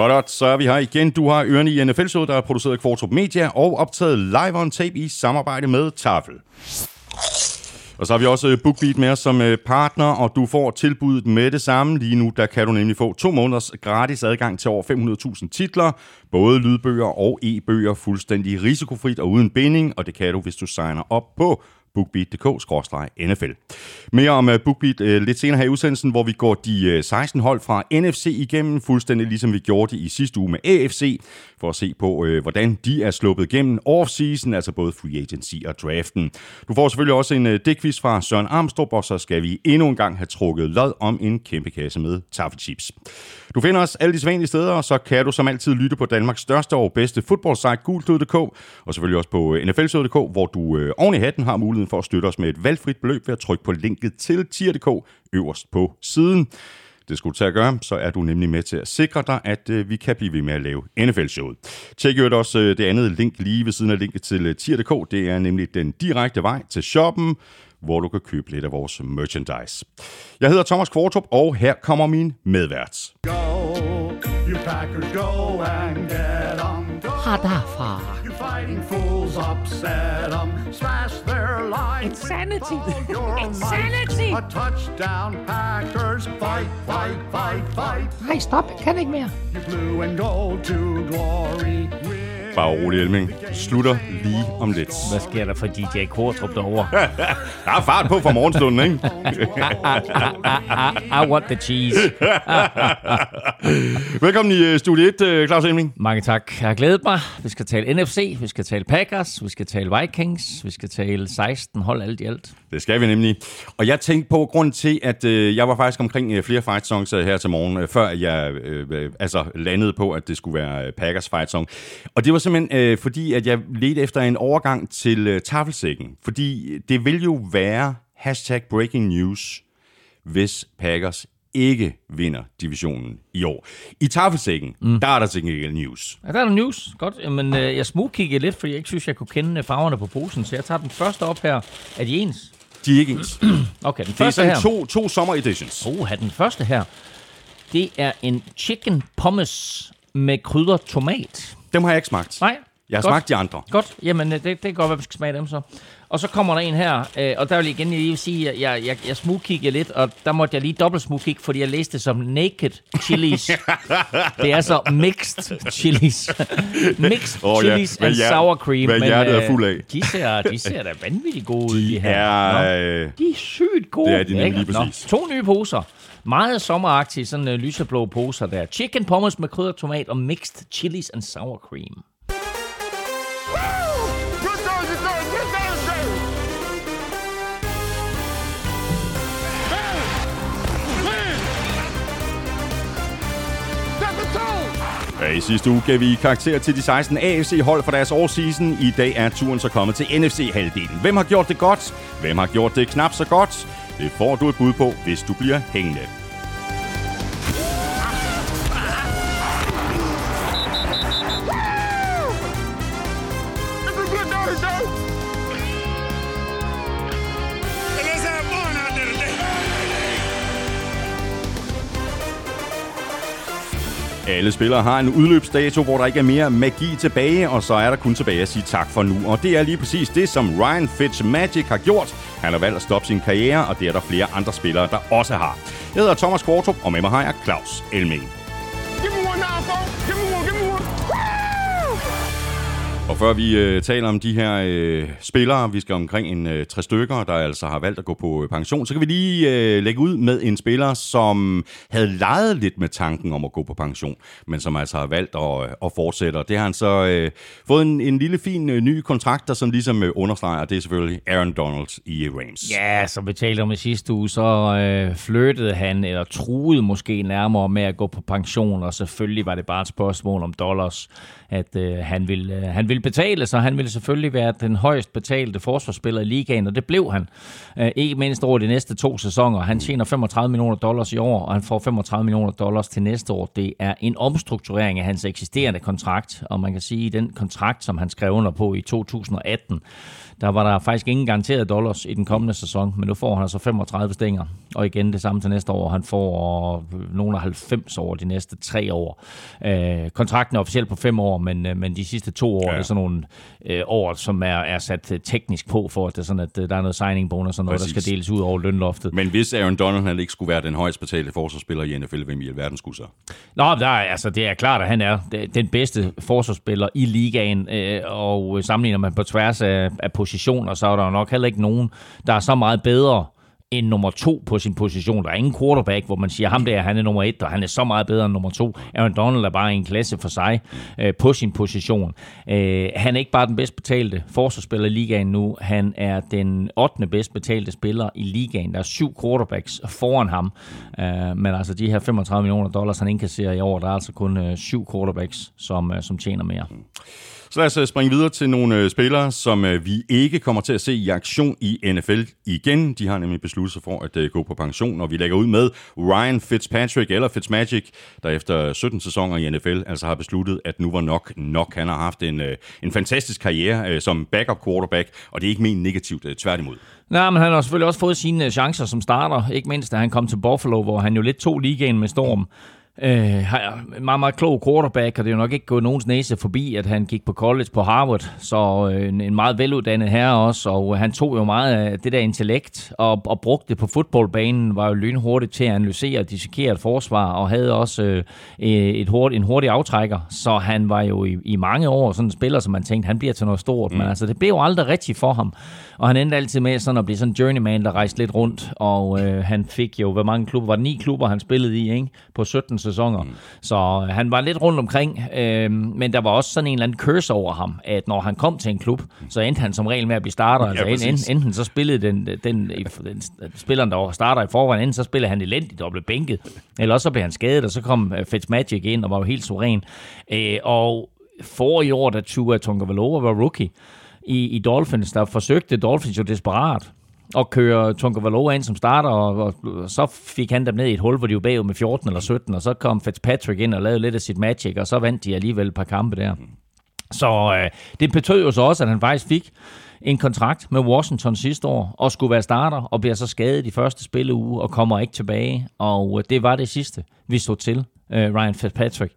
Hot, så er vi her igen. Du har ørerne i NFL-showet, der er produceret af Kvartrup Media og optaget live on tape i samarbejde med Tafel. Og så har vi også BookBeat med os som partner, og du får tilbuddet med det samme. Lige nu der kan du nemlig få 2 måneders gratis adgang til over 500.000 titler, både lydbøger og e-bøger, fuldstændig risikofrit og uden binding, og det kan du, hvis du signer op på bookbeat.dk/NFL. Mere om BookBeat lidt senere her i udsendelsen, hvor vi går de 16 hold fra NFC igennem, fuldstændig ligesom vi gjorde det i sidste uge med AFC, for at se på, hvordan de er sluppet igennem off-season, altså både free agency og draften. Du får selvfølgelig også en dækquiz fra Søren Armstrong, og så skal vi endnu en gang have trukket lod om en kæmpe kasse med taffelchips. Du finder os alle de sædvanlige steder, og så kan du som altid lytte på Danmarks største og bedste fodboldsite, gulklud.dk, og selvfølgelig også på nflshow.dk, hvor du oven i hatten har muligheden for at støtte os med et valgfrit beløb ved at trykke på linket til tier.dk øverst på siden. Det skulle du tage at gøre, så er du nemlig med til at sikre dig, at vi kan blive ved med at lave NFL-showet. Tjek jo også det andet link lige ved siden af linket til tier.dk. Det er nemlig den direkte vej til shoppen, hvor du kan købe lidt af vores merchandise. Jeg hedder Thomas Kvartrup, og her kommer min medvært. Go, you Packers, go and get 'em. Derfra. You fighting fools, upset 'em. Smash their lines. Insanity. Insanity. A touchdown, Packers. Fight, fight, fight, fight. Nej, stop. Jeg kan ikke mere. You blue and gold to glory. Bare rolig, Elming. Slutter lige om lidt. Hvad sker der for DJ Kvartrup derovre? Der er fart på fra morgenstunden, ikke? I want the cheese. Velkommen i Studie 1, Claus Elming. Mange tak. Jeg har glædet mig. Vi skal tale NFC, vi skal tale Packers, vi skal tale Vikings, vi skal tale 16 hold alt i alt. Det skal vi nemlig. Og jeg tænkte på grund til, at jeg var faktisk omkring flere fight songs her til morgen, før jeg landede på, at det skulle være Packers fight song. Og det var simpelthen fordi, at jeg ledte efter en overgang til tafelsækken. Fordi det vil jo være #breaking news, hvis Packers ikke vinder divisionen i år. I tafelsækken, der er der til gengæld news. Ja, der er der news. Godt. Men jeg smugkiggede lidt, fordi jeg ikke synes, jeg kunne kende farverne på posen. Så jeg tager den første op her. Er de ens? De er ikke ens. Okay, den Det er første her. sådan to summer editions. Den første her. Det er en chicken pommes med krydder tomat. Dem har jeg ikke smagt. Nej. Jeg har smagt de andre. Godt, jamen det kan godt være, vi skal smage dem så. Og så kommer der en her, og der vil jeg igen lige sige, at jeg smugkiggede lidt, og der måtte jeg lige dobbelt smugkigge, fordi jeg læste det som naked chilies. Det er så mixed chilies. Mixed chilies and sour cream. Hvad hjertet er fuld af. De ser da vanvittigt gode ud, de her. De er sygt gode. Det er de nemlig lige præcis. 2 nye poser. Meget sommeragtige, sådan lyseblå poser der. Chicken pommes med krydder tomat og mixed chilies and sour cream. I sidste uge gav vi karakter til de 16 AFC-hold for deres årsseason. I dag er turen så kommet til NFC-halvdelen. Hvem har gjort det godt? Hvem har gjort det knap så godt? Det får du et bud på, hvis du bliver hængende. Alle spillere har en udløbsdato, hvor der ikke er mere magi tilbage, og så er der kun tilbage at sige tak for nu. Og det er lige præcis det, som Ryan Fitzmagic har gjort. Han har valgt at stoppe sin karriere, og det er der flere andre spillere, der også har. Jeg hedder Thomas Kvartrup, og med mig har jeg Claus Elming. Og før vi taler om de her spillere, vi skal omkring 3 stykker, der altså har valgt at gå på pension, så kan vi lige lægge ud med en spiller, som havde leget lidt med tanken om at gå på pension, men som altså har valgt at fortsætte. Og det har han så fået en lille fin ny kontrakt, der som ligesom understreger, det er selvfølgelig Aaron Donald i Rams. Ja, som vi talte om i sidste uge, så flirtede han, eller truede måske nærmere med at gå på pension, og selvfølgelig var det bare et spørgsmål om dollars. at han ville betale, så han ville selvfølgelig være den højst betalte forsvarsspiller i ligaen, og det blev han. Ikke mindst over de næste 2 sæsoner. Han tjener $35 millioner i år, og han får $35 millioner til næste år. Det er en omstrukturering af hans eksisterende kontrakt, og man kan sige, at den kontrakt, som han skrev under på i 2018, der var der faktisk ingen garanterede dollars i den kommende sæson, men nu får han altså 35 stænger, og igen det samme til næste år. Han får nogle af 90 over de næste 3 år. Kontrakten er officielt på 5 år, men de sidste 2 år er sådan nogle år, som er sat teknisk på, for at det er sådan, at der er noget signing bonus og noget, der skal deles ud over lønloftet. Men hvis Aaron Donald ikke skulle være den højst betalte forsvarsspiller i NFL, hvem i alverden skulle så? Nå, det er klart, at han er den bedste forsvarsspiller i ligaen, og sammenligner man på tværs af positioner, så er der nok heller ikke nogen, der er så meget bedre end nummer 2 på sin position. Der er ingen quarterback, hvor man siger, ham der, han er nummer 1, og han er så meget bedre end nummer 2. Aaron Donald er bare en klasse for sig på sin position. Han er ikke bare den bedst betalte forsvarsspiller i ligaen nu, han er den 8. bedst betalte spiller i ligaen. Der er 7 quarterbacks foran ham, men altså de her $35 millioner, han indkasserer i år, der er altså kun 7 quarterbacks, som tjener mere. Så lad os springe videre til nogle spillere, som vi ikke kommer til at se i aktion i NFL igen. De har nemlig besluttet sig for at gå på pension, og vi lægger ud med Ryan Fitzpatrick, eller Fitzmagic, der efter 17 sæsoner i NFL altså har besluttet, at nu var nok. Han har haft en fantastisk karriere som backup quarterback, og det er ikke ment negativt, tværtimod. Nej, men han har selvfølgelig også fået sine chancer som starter, ikke mindst da han kom til Buffalo, hvor han jo lidt tog ligaen med storm. Meget, meget klog quarterback, og det er jo nok ikke gået nogens næse forbi, at han gik på college på Harvard, så en meget veluddannet herre også, og han tog jo meget af det der intellekt og brugte det på fodboldbanen, var jo lynhurtigt til at analysere og dissekere et forsvar, og havde også en hurtig aftrækker, så han var jo i mange år sådan en spiller, som man tænkte, han bliver til noget stort, men altså det blev jo aldrig rigtigt for ham, og han endte altid med sådan at blive sådan en journeyman, der rejste lidt rundt, og han fik jo, hvor mange klubber, var det 9 klubber, han spillede i, ikke? På 17 sæsoner. Så han var lidt rundt omkring, men der var også sådan en eller anden curse over ham, at når han kom til en klub, så endte han som regel med at blive starter. Ja, altså enten så spillede den spilleren, der var starter i forvejen, enten så spillede han elendigt og blev bænket, eller også så blev han skadet, og så kom Fitzmagic ind og var jo helt suveræn. Og forrige år, da Tua Tagovailoa var rookie i Dolphins, der forsøgte Dolphins jo desperat og køre Tagovailoa ind som starter, og så fik han dem ned i et hul, hvor de var bagud med 14 eller 17, og så kom Fitzpatrick ind og lavede lidt af sit magic, og så vandt de alligevel et par kampe der. Så det betød jo så også, at han faktisk fik en kontrakt med Washington sidste år, og skulle være starter, og bliver så skadet i første spilleuge, og kommer ikke tilbage, og det var det sidste, vi så til Ryan Fitzpatrick.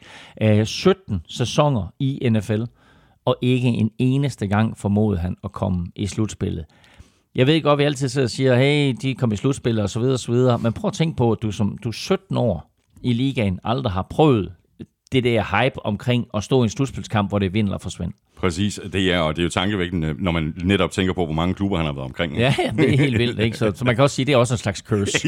17 sæsoner i NFL, og ikke en eneste gang formåede han at komme i slutspillet. Jeg ved godt, at vi altid sidder og siger, hey, de kom i slutspil og så videre, men prøv at tænke på, at du er 17 år i ligaen, aldrig har prøvet det der hype omkring at stå i en slutspilskamp, hvor det vinder eller forsvinder. Præcis, og det er jo tankevækkende, når man netop tænker på, hvor mange klubber han har været omkring. Ja, det er helt vildt, ikke? Så man kan også sige, at det er også en slags curse.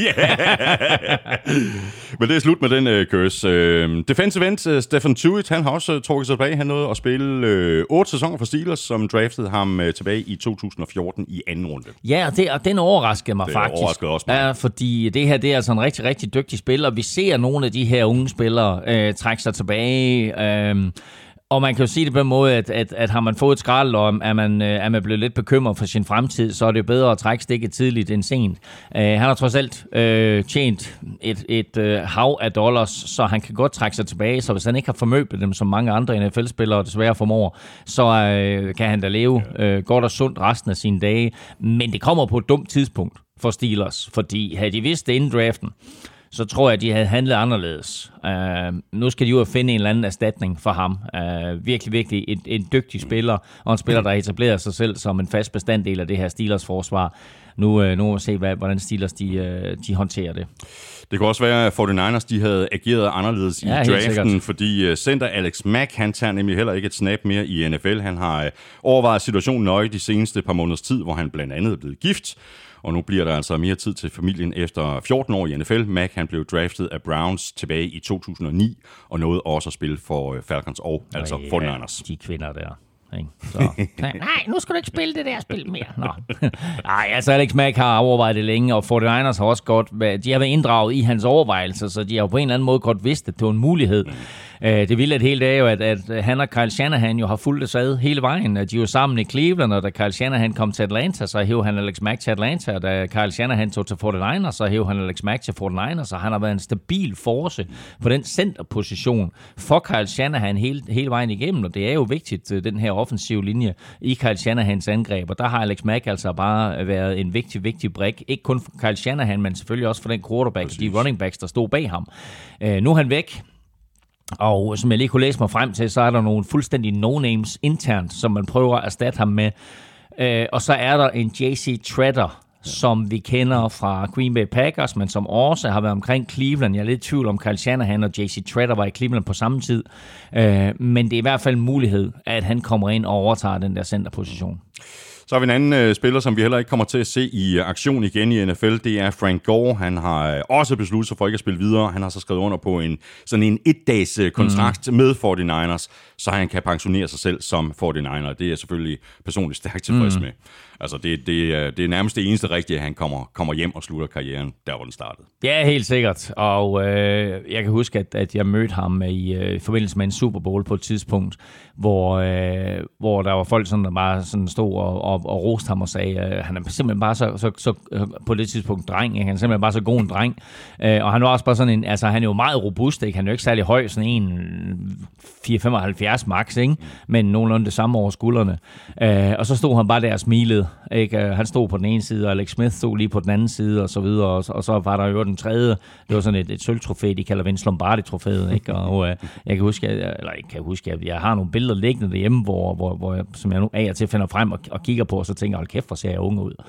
Men det er slut med den curse. Defensive end, Stephen Tuitt, han har også trukket sig tilbage. Han nåede at spille 8 sæsoner for Steelers, som draftede ham tilbage i 2014 i anden runde. Ja, og den overraskede mig faktisk. Det overraskede også mig. Ja, fordi det her, det er altså en rigtig, rigtig dygtig spiller. Vi ser nogle af de her unge spillere trække sig tilbage. Og man kan jo sige det på en måde, at har man fået et skrald, og er man blevet lidt bekymret for sin fremtid, så er det jo bedre at trække stikket tidligt end sent. Han har trods alt tjent et hav af dollars, så han kan godt trække sig tilbage. Så hvis han ikke har formøblet dem, som mange andre NFL-spillere desværre formår, så kan han da leve godt og sundt resten af sine dage. Men det kommer på et dumt tidspunkt for Steelers, fordi havde de vidst det inden draften, så tror jeg, at de havde handlet anderledes. Nu skal de jo finde en eller anden erstatning for ham. Virkelig en dygtig spiller, og en spiller, der har etableret sig selv som en fast bestanddel af det her Steelers-forsvar. Nu må vi se, hvordan Steelers de håndterer det. Det kunne også være, at 49ers de havde ageret anderledes i draften, fordi center Alex Mack, han tager nemlig heller ikke et snap mere i NFL. Han har overvejet situationen nøje de seneste par måneders tid, hvor han blandt andet er blevet gift. Og nu bliver der altså mere tid til familien efter 14 år i NFL. Mack, han blev draftet af Browns tilbage i 2009, og nåede også at spille for Falcons og altså 49ers. De kvinder der. Ikke? Så, nej, nu skal du ikke spille det der spil mere. Nå. Nej, altså Alex Mack har overvejet det længe, og 49ers har også godt, de har været inddraget i hans overvejelser, så de har på en eller anden måde godt vidst, at det var en mulighed. Det vilde hele er jo, at han og Kyle Shanahan jo har fulgt det sad hele vejen. De var sammen i Cleveland, og da Kyle Shanahan kom til Atlanta, så hævde han Alex Mack til Atlanta, og da Kyle Shanahan tog til 49ers, så hævde han Alex Mack til 49ers, og han har været en stabil force på den centerposition for Kyle Shanahan hele vejen igennem, og det er jo vigtigt, den her offensive linje i Kyle Shanahans angreb, og der har Alex Mack altså bare været en vigtig brik, ikke kun for Kyle Shanahan, men selvfølgelig også for den quarterback, de running backs, der stod bag ham. Nu er han væk. Og som jeg lige kunne læse mig frem til, så er der nogle fuldstændig no-names internt, som man prøver at erstatte ham med. Og så er der en J.C. Tretter, som vi kender fra Green Bay Packers, men som også har været omkring Cleveland. Jeg er lidt i tvivl om Kyle Shanahan og J.C. Tretter var i Cleveland på samme tid. Men det er i hvert fald en mulighed, at han kommer ind og overtager den der centerposition. Så har vi en anden spiller, som vi heller ikke kommer til at se i aktion igen i NFL. Det er Frank Gore. Han har også besluttet sig for ikke at spille videre. Han har så skrevet under på sådan en etdags kontrakt med 49ers, så han kan pensionere sig selv som 49er. Det er jeg selvfølgelig personligt stærkt tilfreds med. Altså, det er nærmest det eneste rigtige, at han kommer hjem og slutter karrieren, der hvor den startede. Ja, helt sikkert. Og jeg kan huske, at jeg mødte ham i forbindelse med en Super Bowl på et tidspunkt, hvor der var folk, der bare sådan stod og roste ham og sagde, at han er simpelthen bare så på det tidspunkt dreng. Ikke? Han er simpelthen bare så god en dreng. Og han var også bare sådan en, altså han er jo meget robust, ikke? Han er jo ikke særlig høj, sådan en 4,75 max, ikke? Men nogenlunde det samme over skuldrene. Og så stod han bare der og smilede. Ikke? Han stod på den ene side, og Alex Smith stod lige på den anden side, og så videre. Og så var der jo den tredje. Det var sådan et sølvtrofæ, de kalder Vince Lombardi-trofæet. Ikke? Og jeg kan huske, at jeg har nogle billeder liggende derhjemme, hvor jeg, som jeg nu af og til finder frem og kigger på, og så tænker jeg, hold kæft, hvor ser jeg unge ud.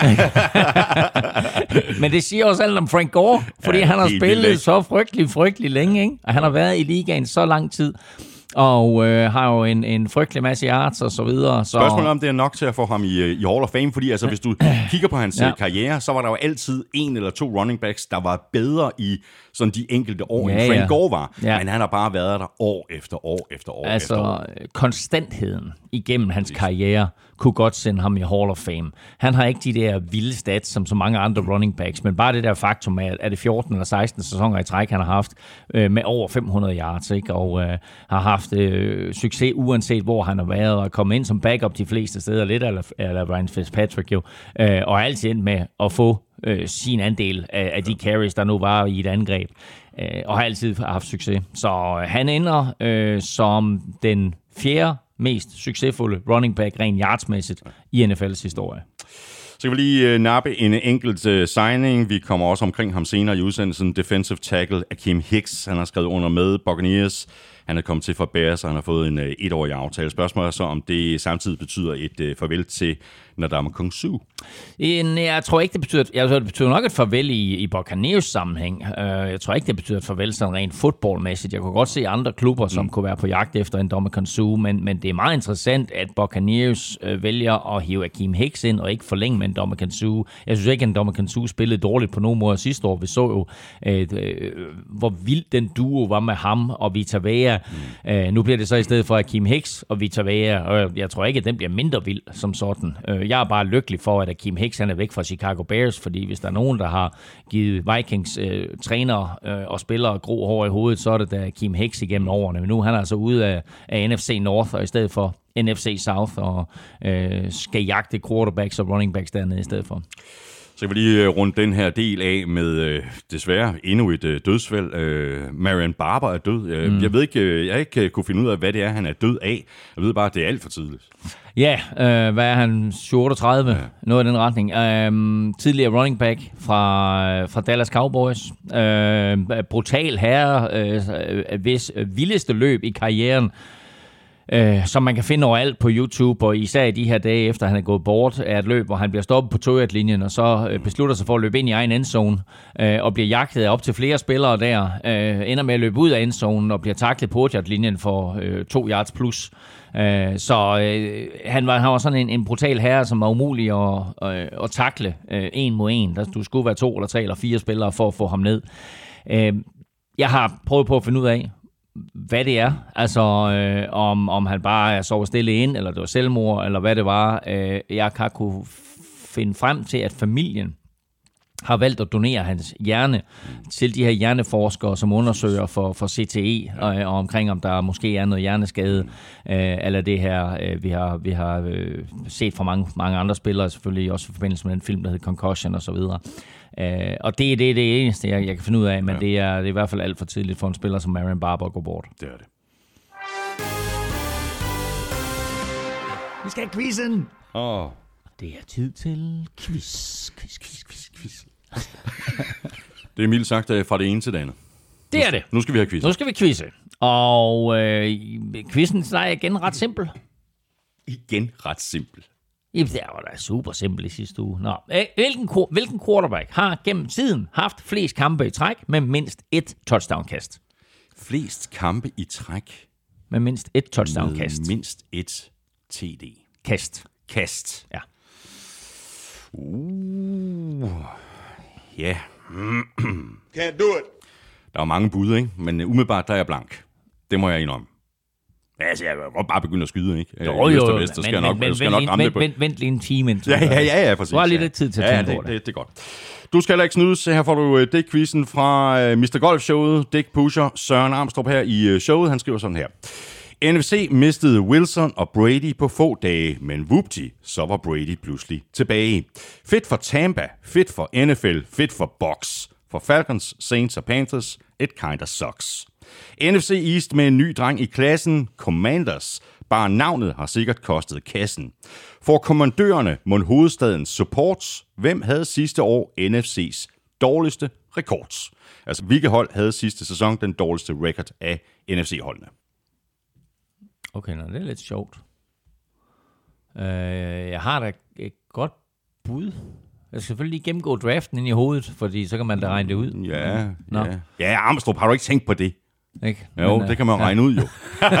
Men det siger også alt om Frank Gore, fordi han har spillet så frygtelig længe, ikke? Og han har været i ligaen så lang tid. Og har jo en frygtelig masse yards og så videre. Spørgsmålet om det er nok til at få ham i Hall of Fame, fordi altså, hvis du kigger på hans karriere, så var der jo altid en eller to running backs, der var bedre i sådan de enkelte år, end Frank Gore var. Ja. Men han har bare været der år efter år. Altså, konstantheden igennem hans karriere kunne godt sende ham i Hall of Fame. Han har ikke de der vilde stats, som så mange andre running backs, men bare det der faktum af, at det 14 eller 16 sæsoner i træk, han har haft med over 500 yards, ikke? Og har haft succes, uanset hvor han har været, og kommet ind som backup de fleste steder, lidt eller Ryan Fitzpatrick jo, og altid endt med at få sin andel af de carries, der nu var i et angreb, og har altid haft succes. Så han ender som den fjerde mest succesfulde running back rent yardsmæssigt i NFL's historie. Så kan vi lige nappe en enkelt signing. Vi kommer også omkring ham senere i udsendelsen. Defensive tackle Akeem Hicks. Han har skrevet under med Buccaneers. Han er kommet til for Bears, og han har fået en etårig aftale. Spørgsmålet er så, om det samtidig betyder et farvel til Ndamukong Suh. Jeg tror ikke, det betyder... det betyder nok et farvel i Buccaneers sammenhæng. Jeg tror ikke, det betyder et farvel sådan rent fodboldmæssigt. Jeg kunne godt se andre klubber, som kunne være på jagt efter Ndamukong Suh, men det er meget interessant, at Buccaneers vælger at hive Akeem Hicks ind og ikke forlænge med Ndamukong Suh. Jeg synes ikke, at Ndamukong Suh spillede dårligt på nogen måde sidste år. Vi så jo, hvor vild den duo var med ham og Vita Vea. Nu bliver det så i stedet for Akeem Hicks og Vita Vea, og jeg tror ikke, at den bliver mindre vild som sådan. Jeg er bare lykkelig for, at Akeem Hicks han er væk fra Chicago Bears, fordi hvis der er nogen, der har givet Vikings trænere og spillere grå hår i hovedet, så er det da Akeem Hicks igennem årene. Men nu han er altså ude af NFC North, og i stedet for NFC South, og skal jagte quarterbacks og running backs dernede i stedet for. Så kan vi lige runde den her del af med desværre endnu et dødsfald. Marion Barber er død. Jeg ved ikke, jeg ikke kunne finde ud af, hvad det er, han er død af. Jeg ved bare, at det er alt for tidligt. Ja, hvad er han? 38? Ja. Noget i den retning. Tidligere running back fra Dallas Cowboys. Brutal herre, hvis vildeste løb i karrieren, som man kan finde overalt på YouTube, og især i de her dage, efter han er gået bort, er et løb, hvor han bliver stoppet på 2-yard-linjen, og så beslutter sig for at løbe ind i egen endzone, og bliver jagtet op til flere spillere der, ender med at løbe ud af endzonen, og bliver taklet på 8-yard-linjen for 2 yards plus. Han var sådan en brutal herre, som var umulig at takle en mod en. Du skulle være 2 eller 3 eller 4 spillere for at få ham ned. Jeg har prøvet på at finde ud af, hvad det er. Altså, om han bare er sovet stille ind, eller det var selvmord, eller hvad det var. Jeg kan kunne finde frem til, at familien har valgt at donere hans hjerne til de her hjerneforskere, som undersøger for CTE, og omkring, om der måske er noget hjerneskade, eller det her, vi har set fra mange andre spillere, selvfølgelig også i forbindelse med den film, der hedder Concussion og så videre. Og det er det eneste, jeg kan finde ud af, men det er i hvert fald alt for tidligt for en spiller som Marion Barber at gå bort. Det er det. Vi skal have quizzen! Oh. Det er tid til quiz. Det er mildt sagt fra det ene til det andet. Det er det. Nu skal vi have quiz. Nu skal vi quizze. Og quizzen er igen ret simpel. Igen ret simpel. Jamen, det var da super simpelt i sidste uge. Nå. Hvilken quarterback har gennem tiden haft flest kampe i træk med mindst et touchdown-kast? Flest kampe i træk? Med mindst et touchdown-kast. Med mindst et TD. Kast. Ja. Ja. Can't do it. Der er mange bud, ikke? Men umiddelbart, der er jeg blank. Det må jeg indrømme. Altså, jeg kan bare begynde at skyde, ikke? Jo, vest, så skal jeg nok ramme det på. Vent lige en time. Ja, præcis. Du har lidt tid til at tænke over det er godt. Du skal heller ikke snydes. Her får du Dick-quizzen fra Mr. Golf-showet. Dick Pusher, Søren Armstrong her i showet. Han skriver sådan her. NFC mistede Wilson og Brady på få dage, men whoopty, så var Brady pludselig tilbage. Fedt for Tampa, fedt for NFL, fedt for Bucs. For Falcons, Saints og Panthers, it kinda sucks. NFC East med en ny dreng i klassen, Commanders. Bare navnet har sikkert kostet kassen. For kommandørerne mod hovedstadens supports, hvem havde sidste år NFC's dårligste rekords? Altså, hvilke hold havde sidste sæson den dårligste record af NFC-holdene? Okay, det er lidt sjovt. Jeg har da et godt bud. Jeg skal selvfølgelig lige gennemgå draften ind i hovedet, fordi så kan man da regne det ud. Ja, Armstrong, har du ikke tænkt på det? Ikke? Jo, det kan man jo regne ud, jo.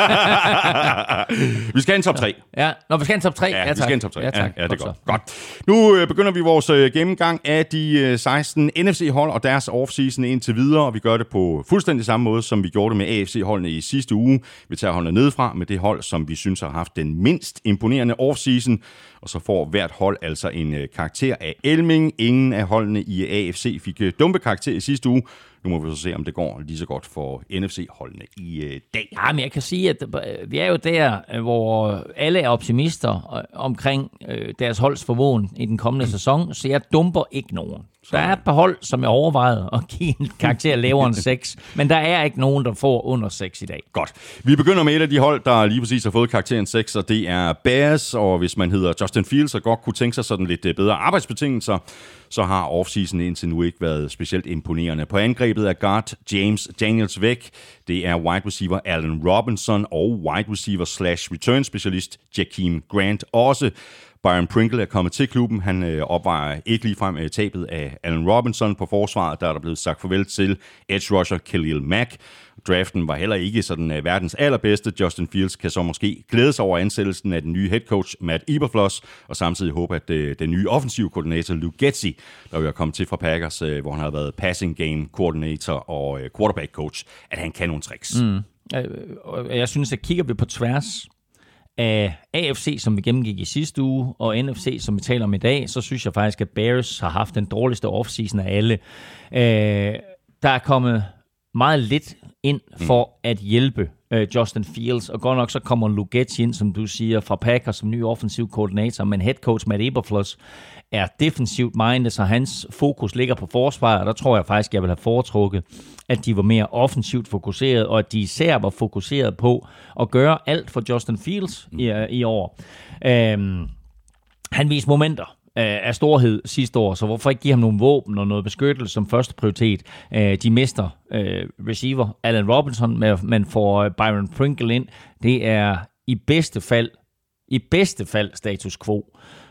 Vi skal have en top 3. Ja, vi skal have en top 3. Ja, vi skal have en top 3. Ja, tak. Ja, det er godt. Nu begynder vi vores gennemgang af de 16 NFC-hold og deres offseason indtil videre, og vi gør det på fuldstændig samme måde, som vi gjorde det med AFC-holdene i sidste uge. Vi tager holdene nedefra med det hold, som vi synes har haft den mindst imponerende offseason, og så får hvert hold altså en karakter af Elming. Ingen af holdene i AFC fik dumpe karakter i sidste uge. Nu må vi så se, om det går lige så godt for NFC-holdene i dag. Ja, men jeg kan sige, at vi er jo der, hvor alle er optimister omkring deres holds formåen i den kommende sæson, så jeg dumper ikke nogen. Der er et par hold, som jeg overvejede at give en karakter lavere end 6, men der er ikke nogen, der får under 6 i dag. Godt. Vi begynder med et af de hold, der lige præcis har fået karakteren 6, og det er Bears, og hvis man hedder Justin Fields og godt kunne tænke sig sådan lidt bedre arbejdsbetingelser, så har offseason indtil nu ikke været specielt imponerende. På angrebet er guard James Daniels væk. Det er wide receiver Allen Robinson og wide receiver / return specialist Jakeem Grant også. Byron Pringle er kommet til klubben. Han opvejer ikke ligefrem tabet af Allen Robinson på forsvaret. Der er der blevet sagt farvel til edge rusher Khalil Mack. Draften var heller ikke sådan verdens allerbedste. Justin Fields kan så måske glæde sig over ansættelsen af den nye head coach Matt Eberflus, og samtidig håbe, at den nye offensive koordinator Luke Getsy, der jo er kommet til fra Packers, hvor han har været passing game coordinator og quarterback coach, at han kan nogle tricks. Jeg synes, at kigger vi på tværs af AFC, som vi gennemgik i sidste uge, og NFC, som vi taler om i dag, så synes jeg faktisk, at Bears har haft den dårligste offseason af alle. Der er kommet meget lidt ind for at hjælpe Justin Fields, og godt nok så kommer Luke Getsy ind, som du siger, fra Packers som ny offensiv koordinator, men head coach Matt Eberflus er defensivt minded, så hans fokus ligger på forsvaret, og der tror jeg faktisk, jeg vil have foretrukket, at de var mere offensivt fokuseret, og at de især var fokuseret på at gøre alt for Justin Fields i år. Han viste momenter af storhed sidste år, så hvorfor ikke give ham nogle våben og noget beskyttelse som første prioritet? De mister receiver Allen Robinson, men får Byron Pringle ind. Det er i bedste fald status quo.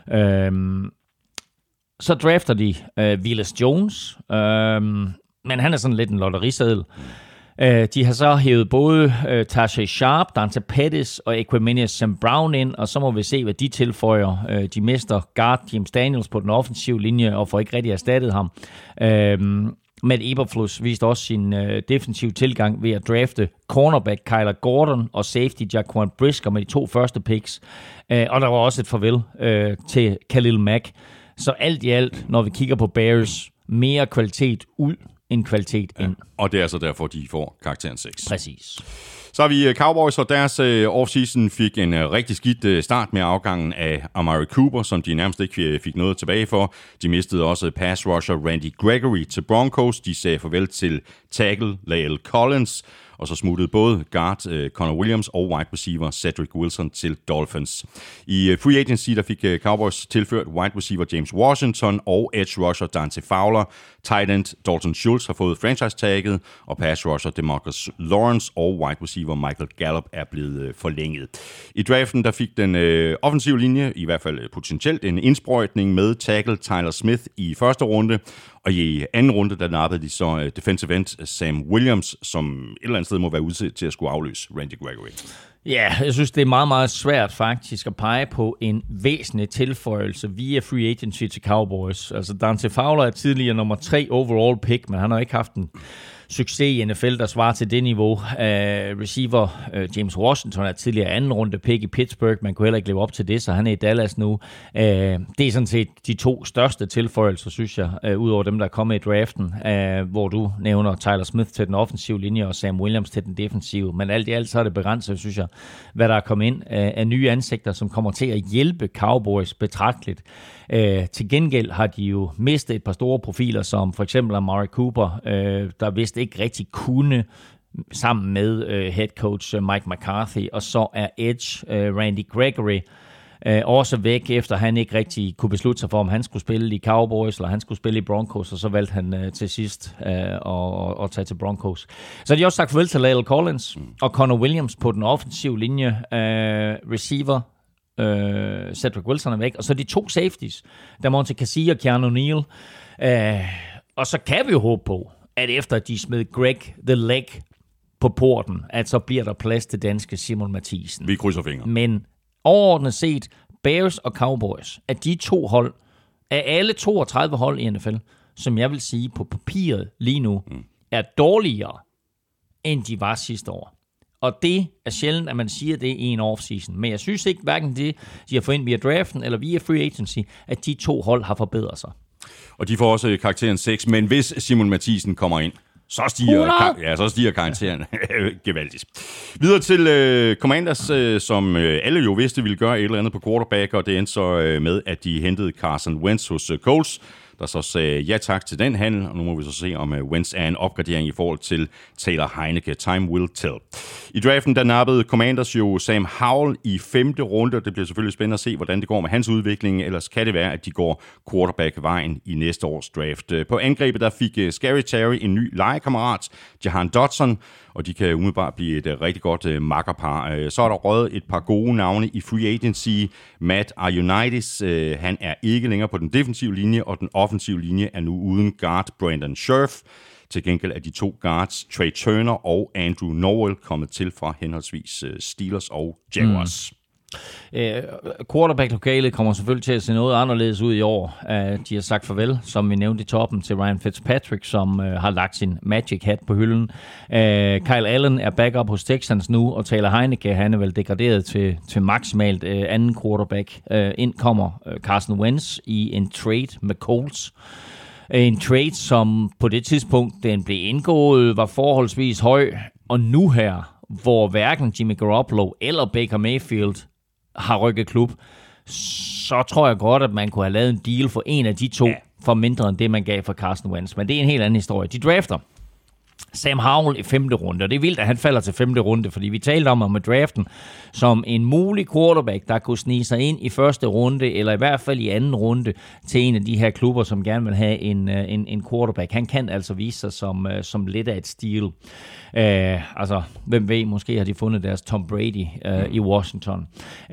Så drafter de Willis Jones, men han er sådan lidt en lotteriseddel. De har så hævet både Tajae Sharpe, Dante Pettis og Equanimeous St. Brown ind, og så må vi se, hvad de tilføjer. De mister guard James Daniels på den offensive linje og får ikke rigtig erstattet ham. Matt Eberflus viste også sin defensive tilgang ved at drafte cornerback Kyler Gordon og safety Jaquan Brisker med de 2 første picks. Og der var også et farvel til Khalil Mack. Så alt i alt, når vi kigger på Bears, mere kvalitet ud end kvalitet ind. Ja, og det er altså derfor, de får karakteren 6. Præcis. Så har vi Cowboys, og deres offseason fik en rigtig skidt start med afgangen af Amari Cooper, som de nærmest ikke fik noget tilbage for. De mistede også pass rusher Randy Gregory til Broncos. De sagde farvel til tackle La'el Collins, og så smuttede både guard Connor Williams og wide receiver Cedric Wilson til Dolphins. I free agency der fik Cowboys tilført wide receiver James Washington og edge rusher Dante Fowler. Tight end Dalton Schultz har fået franchise-tagget, og pass rusher DeMarcus Lawrence og wide receiver Michael Gallup er blevet forlænget. I draften der fik den offensive linje, i hvert fald potentielt, en indsprøjtning med tackle Tyler Smith i første runde, og i anden runde, der nappede de så defensive end Sam Williams, som et eller andet sted må være udsat til at skulle afløse Randy Gregory. Ja, jeg synes, det er meget, meget svært faktisk at pege på en væsentlig tilføjelse via free agency til Cowboys. Altså Dante Fowler er tidligere nummer 3 overall pick, men han har ikke haft en succes i NFL, der svarer til det niveau. Receiver James Washington er tidligere anden runde pick i Pittsburgh. Man kunne heller ikke leve op til det, så han er i Dallas nu. Det er sådan set de 2 største tilføjelser, synes jeg, udover dem, der er kommet i draften, hvor du nævner Tyler Smith til den offensive linje og Sam Williams til den defensive. Men alt i alt så er det begrænset, synes jeg, hvad der er kommet ind af nye ansigter, som kommer til at hjælpe Cowboys betragteligt. Til gengæld har de jo mistet et par store profiler, som for eksempel Amari Cooper, der vist ikke rigtig kunne sammen med head coach Mike McCarthy, og så er edge Randy Gregory også væk, efter han ikke rigtig kunne beslutte sig for, om han skulle spille i Cowboys, eller han skulle spille i Broncos, og så valgte han til sidst at tage til Broncos. Så har de også sagt farvel til La'el Collins og Connor Williams på den offensive linje, receiver Cedric Wilson er væk, og så de 2 safeties, der Monte Cassie og Keanu Neal. Og så kan vi jo håbe på, at efter de smed Greg the Leg på porten, at så bliver der plads til danske Simon Mathisen. Vi krydser fingre. Men overordnet set, Bears og Cowboys, at de 2 hold, af alle 32 hold i NFL, som jeg vil sige på papiret lige nu, er dårligere, end de var sidste år. Og det er sjældent, at man siger det i en offseason. Men jeg synes ikke, hverken det, de har fået ind via draften eller via free agency, at de 2 hold har forbedret sig. Og de får også karakteren 6, men hvis Simon Mathisen kommer ind, så stiger karakteren gevaldigt. Videre til Commanders, som alle jo vidste ville gøre et eller andet på quarterback, og det endte så med, at de hentede Carson Wentz hos Colts, der så sagde ja tak til den handel, og nu må vi så se, om Wentz er en opgradering i forhold til Taylor Heineke. Time will tell. I draften, der nappede Commanders jo Sam Howell i 5. runde, og det bliver selvfølgelig spændende at se, hvordan det går med hans udvikling, ellers kan det være, at de går quarterback-vejen i næste års draft. På angrebet, der fik Scary Terry en ny legekammerat, Jahan Dotson, og de kan umiddelbart blive et rigtig godt makkerpar. Så er der røget et par gode navne i free agency. Matt Ioannidis, han er ikke længere på den defensive linje, og den offensive linje er nu uden guard Brandon Scherf. Til gengæld er de 2 guards, Trey Turner og Andrew Norwell, kommet til fra henholdsvis Steelers og Jaguars. Quarterback-lokalet kommer selvfølgelig til at se noget anderledes ud i år. De har sagt farvel, som vi nævnte i toppen, til Ryan Fitzpatrick, som har lagt sin Magic Hat på hylden. Kyle Allen er backup hos Texans nu, og Taylor Heineke, han er vel degraderet til maksimalt anden quarterback. Ind kommer Carson Wentz i en trade med Colts. En trade, som på det tidspunkt, den blev indgået, var forholdsvis høj, og nu her, hvor hverken Jimmy Garoppolo eller Baker Mayfield har rykket klub, så tror jeg godt, at man kunne have lavet en deal for en af de 2, for mindre end det, man gav for Carson Wentz. Men det er en helt anden historie. De drafter Sam Howell i 5. runde, og det er vildt, at han falder til 5. runde, fordi vi talte om med draften som en mulig quarterback, der kunne snige sig ind i 1. runde, eller i hvert fald i 2. runde, til en af de her klubber, som gerne vil have en quarterback. Han kan altså vise sig som lidt af et steal. Altså, hvem ved, måske har de fundet deres Tom Brady i Washington.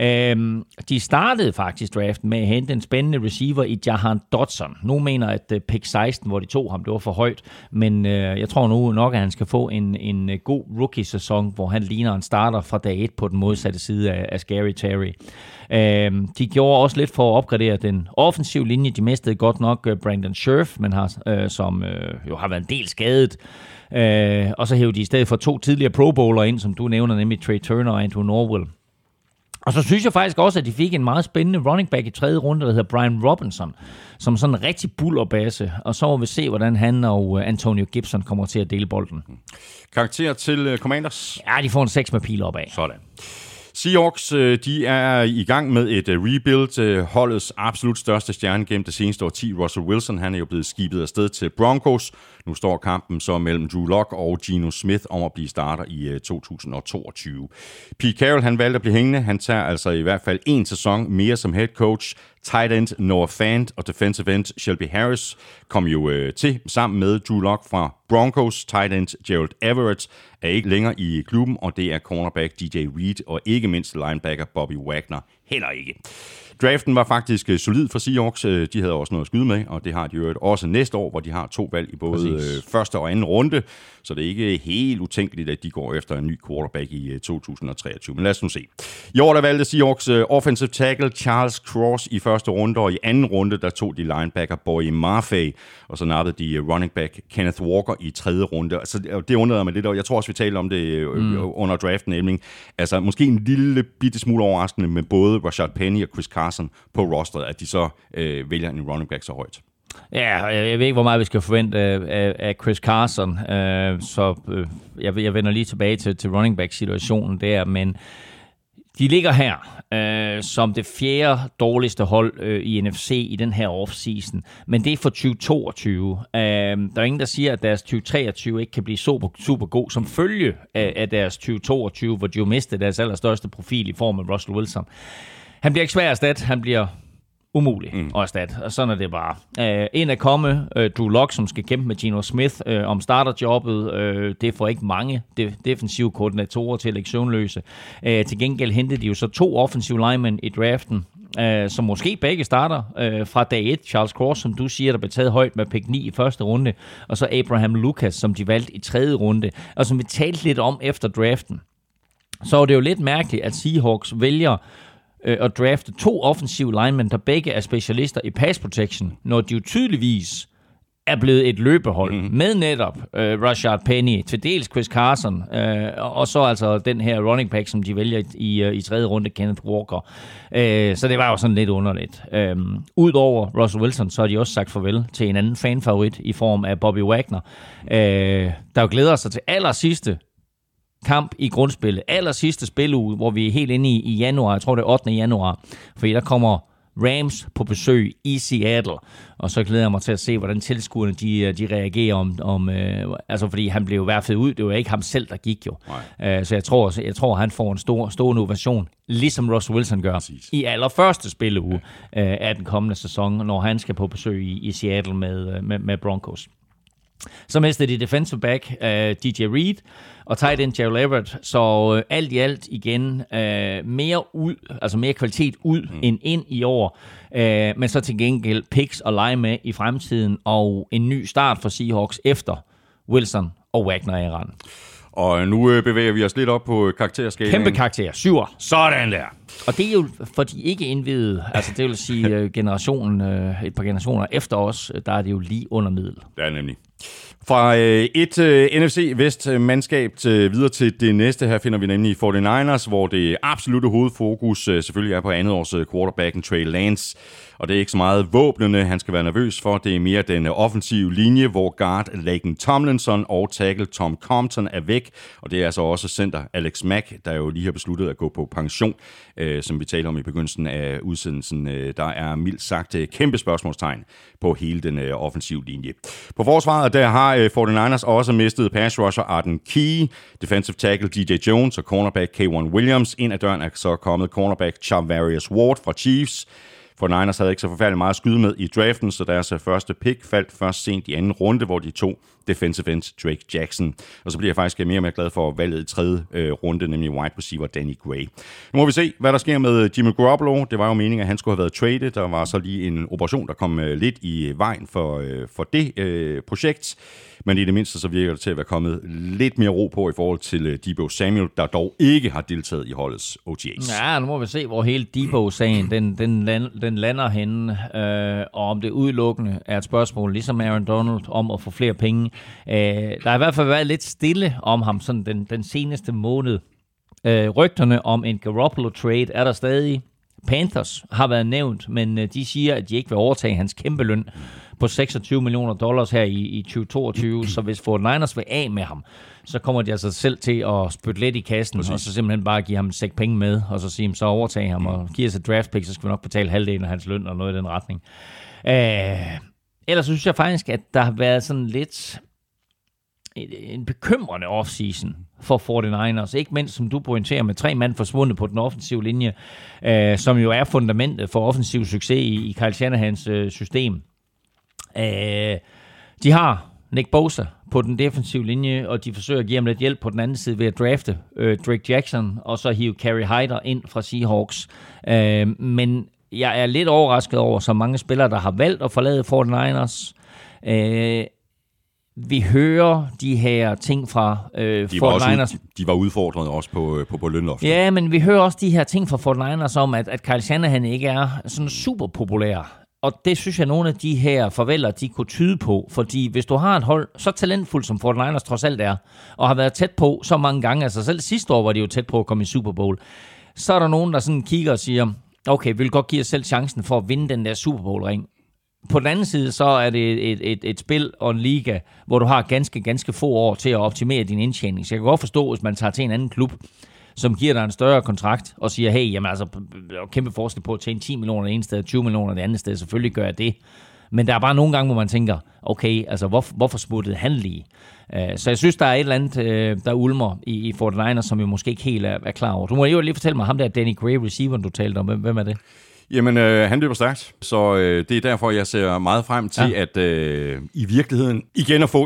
De startede faktisk draften med at hente en spændende receiver i Jahan Dotson. Nu mener at pick 16, hvor de tog ham, det var for højt, men jeg tror nu nok, nok, at han skal få en god rookie-sæson, hvor han ligner en starter fra dag 1 på den modsatte side af Scary Terry. De gjorde også lidt for at opgradere den offensive linje. De mistede godt nok Brandon Scherf, men som jo har været en del skadet. Og så hævde de i stedet for 2 tidligere Pro Bowler ind, som du nævner, nemlig Trey Turner og Andrew Norwell. Og så synes jeg faktisk også, at de fik en meget spændende running back i 3. runde, der hedder Brian Robinson, som sådan en rigtig bullerbasse. Og så må vi se, hvordan han og Antonio Gibson kommer til at dele bolden. Karakter til Commanders? Ja, de får en 6 med pil opad. Sådan. Seahawks, de er i gang med et rebuild. Holdets absolut største stjerne gennem det seneste årti, Russell Wilson, han er jo blevet skibet afsted til Broncos. Nu står kampen så mellem Drew Lock og Geno Smith om at blive starter i 2022. Pete Carroll, han valgte at blive hængende. Han tager altså i hvert fald 1 sæson mere som head coach. Tight end Noah Fant og defensive end Shelby Harris kom jo til sammen med Drew Lock fra Broncos. Tight end Gerald Everett er ikke længere i klubben, og det er cornerback DJ Reed og ikke mindst linebacker Bobby Wagner heller ikke. Draften var faktisk solid for Seahawks. De havde også noget at skyde med, og det har de jo også næste år, hvor de har 2 valg i både første og anden runde. Så det er ikke helt utænkeligt, at de går efter en ny quarterback i 2023. Men lad os nu se. I år der valgte Seahawks offensive tackle Charles Cross i første runde, og i anden runde der tog de linebacker Boye Mafe, og så nappede de running back Kenneth Walker i 3. runde. Altså, det undrede mig lidt, og jeg tror også, vi talte om det under draften, nemlig. Altså, måske en lille bitte smule overraskende med både Rashad Penny og Chris Carson på rosteret, at de så vælger en running back så højt. Ja, jeg ved ikke, hvor meget vi skal forvente af Chris Carson, så jeg vender lige tilbage til running back-situationen der, men de ligger her som det 4. dårligste hold i NFC i den her offseason, men det er for 2022. Der er ingen, der siger, at deres 2023 ikke kan blive super god som følge af deres 2022, hvor de jo mistede deres allerstørste profil i form af Russell Wilson. Han bliver ikke svær at erstatte, han bliver umulig at erstatte, og sådan er det bare. Ind at komme, Drew Lock, som skal kæmpe med Geno Smith om starterjobbet. Det får ikke mange defensive koordinatorer til at lægge søvnløse. Til gengæld hentede de jo så 2 offensive linemen i draften, som måske begge starter fra dag 1. Charles Cross, som du siger, der blev taget højt med pick 9 i første runde, og så Abraham Lucas, som de valgte i 3. runde, og som vi talte lidt om efter draften. Så er det jo lidt mærkeligt, at Seahawks vælger at drafte 2 offensive linemen, der begge er specialister i pass protection, når de jo tydeligvis er blevet et løbehold med netop Rashad Penny, til dels Chris Carson, og så altså den her running back, som de vælger i 3. runde, Kenneth Walker. Så det var jo sådan lidt underligt. Udover Russell Wilson, så har de også sagt farvel til en anden fanfavorit i form af Bobby Wagner, der jo glæder sig til allersidste kamp i grundspillet, allersidste spiluge, hvor vi er helt inde i januar, jeg tror det er 8. januar, fordi der kommer Rams på besøg i Seattle, og så glæder jeg mig til at se, hvordan tilskuerne de reagerer om altså fordi han blev værfet ud, det var ikke ham selv, der gik jo. Så jeg tror han får en stor innovation, ligesom Russell Wilson gør i allerførste spiluge af den kommende sæson, når han skal på besøg i Seattle med Broncos. Så mistede de defensive back DJ Reed og tight end Gerald Everett, så alt i alt igen mere kvalitet ud end ind i år, men så til gengæld picks og lege med i fremtiden og en ny start for Seahawks efter Wilson og Wagner-æraen. Og nu bevæger vi os lidt op på karakterskalaen. Kæmpe karakter, 7'er. Sådan der. Og det er jo for de ikke indvidede, altså det vil sige et par generationer efter os, der er det jo lige under middel. Det er nemlig. Fra et NFC Vest-mandskab videre til det næste, her finder vi nemlig 49ers, hvor det absolutte hovedfokus selvfølgelig er på andetårs quarterbacken Trey Lance. Og det er ikke så meget våbnene, han skal være nervøs for. Det er mere den offensive linje, hvor guard Laken Tomlinson og tackle Tom Compton er væk. Og det er altså også center Alex Mack, der jo lige har besluttet at gå på pension, som vi talte om i begyndelsen af udsendelsen. Der er mildt sagt kæmpe spørgsmålstegn på hele den offensive linje. På forsvaret, der har 49ers også mistet pass rusher Arden Key, defensive tackle DJ Jones og cornerback K'Wan Williams. Ind ad døren er så kommet cornerback Charvarius Ward fra Chiefs. 49ers havde ikke så forfærdeligt meget at skyde med i draften, så deres første pick faldt først sent i anden runde, hvor de tog defensive end Drake Jackson. Og så bliver jeg faktisk mere og mere glad for valget i tredje runde, nemlig wide receiver Danny Gray. Nu må vi se, hvad der sker med Jimmy Garoppolo. Det var jo meningen, at han skulle have været traded. Der var så lige en operation, der kom lidt i vejen for det projekt. Men i det mindste så virker det til at være kommet lidt mere ro på i forhold til Deebo Samuel, der dog ikke har deltaget i holdets OTAs. Ja, nu må vi se, hvor hele Deebo-sagen den lander henne, og om det udelukkende er et spørgsmål, ligesom Aaron Donald, om at få flere penge. Der har i hvert fald været lidt stille om ham sådan den seneste måned. Rygterne om en Garoppolo-trade er der stadig. Panthers har været nævnt, men de siger, at de ikke vil overtage hans kæmpe løn på $26 million her i 2022. Så hvis 49ers vil af med ham, så kommer de altså selv til at spytte lidt i kassen, og så simpelthen bare give ham en sæk penge med, og så sige, så overtage ham og give os et draft pick, så skal vi nok betale halvdelen af hans løn og noget i den retning. Ellers synes jeg faktisk, at der har været sådan lidt en bekymrende offseason for 49ers. Ikke mindst, som du pointerer, med 3 mand forsvundet på den offensive linje, som jo er fundamentet for offensiv succes i Kyle Shanahans system. De har Nick Bosa på den defensive linje, og de forsøger at give ham lidt hjælp på den anden side ved at drafte Drake Jackson, og så hive Kerry Hyder ind fra Seahawks. Men jeg er lidt overrasket over så mange spillere, der har valgt at forlade 49ers. Vi hører de her ting fra 49ers. De var udfordret også på lønloftet. Ja, men vi hører også de her ting fra 49ers om, at Kyle Shanahan ikke er sådan super populær. Og det synes jeg, nogle af de her farveler, de kunne tyde på. Fordi hvis du har et hold så talentfuldt, som 49ers trods alt er, og har været tæt på så mange gange, altså selv sidste år var de jo tæt på at komme i Super Bowl, så er der nogen, der sådan kigger og siger, okay, vi vil godt give os selv chancen for at vinde den der Super Bowl-ring. På den anden side, så er det et spil og en liga, hvor du har ganske få år til at optimere din indtjening. Så jeg kan godt forstå, hvis man tager til en anden klub, som giver dig en større kontrakt, og siger, hey, jamen altså, kæmpe forskel på at tjene 10 millioner det ene sted, 20 millioner det andet sted, selvfølgelig gør jeg det. Men der er bare nogle gange, hvor man tænker, okay, altså hvorfor smuttede han lige? Så jeg synes, der er et eller andet, der ulmer i 49ers, som vi måske ikke helt er klar over. Du må jo lige fortælle mig, ham der Danny Gray, receiveren, du talte om, hvem er det? Jamen, han løber stærkt, så det er derfor, jeg ser meget frem til, at i virkeligheden igen at få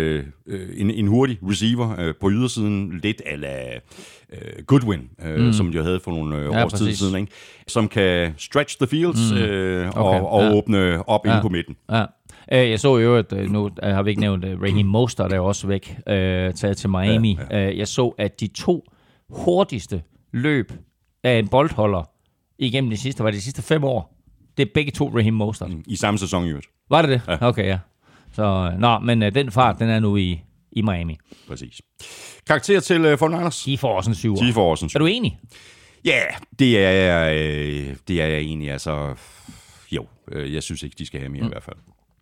en hurtig receiver på ydersiden, lidt a la Goodwin, som de havde for nogle års tid siden, ikke? Som kan stretch the fields og åbne op inde på midten. Ja. Jeg så jo, at nu har vi ikke nævnt Raheem Mostert, der er også væk, taget til Miami. Jeg så, at de 2 hurtigste løb af en boldholder igennem de sidste 5 år, det er begge 2 Raheem Mostert. I samme sæson i øvrigt. Var det det? Ja. Okay, ja. Så, men den fart, den er nu i Miami. Præcis. Karakter til 49ers? De får også en 7'er. Er du enig? Ja, det er jeg enig. Altså, jo, jeg synes ikke, de skal have mere i hvert fald.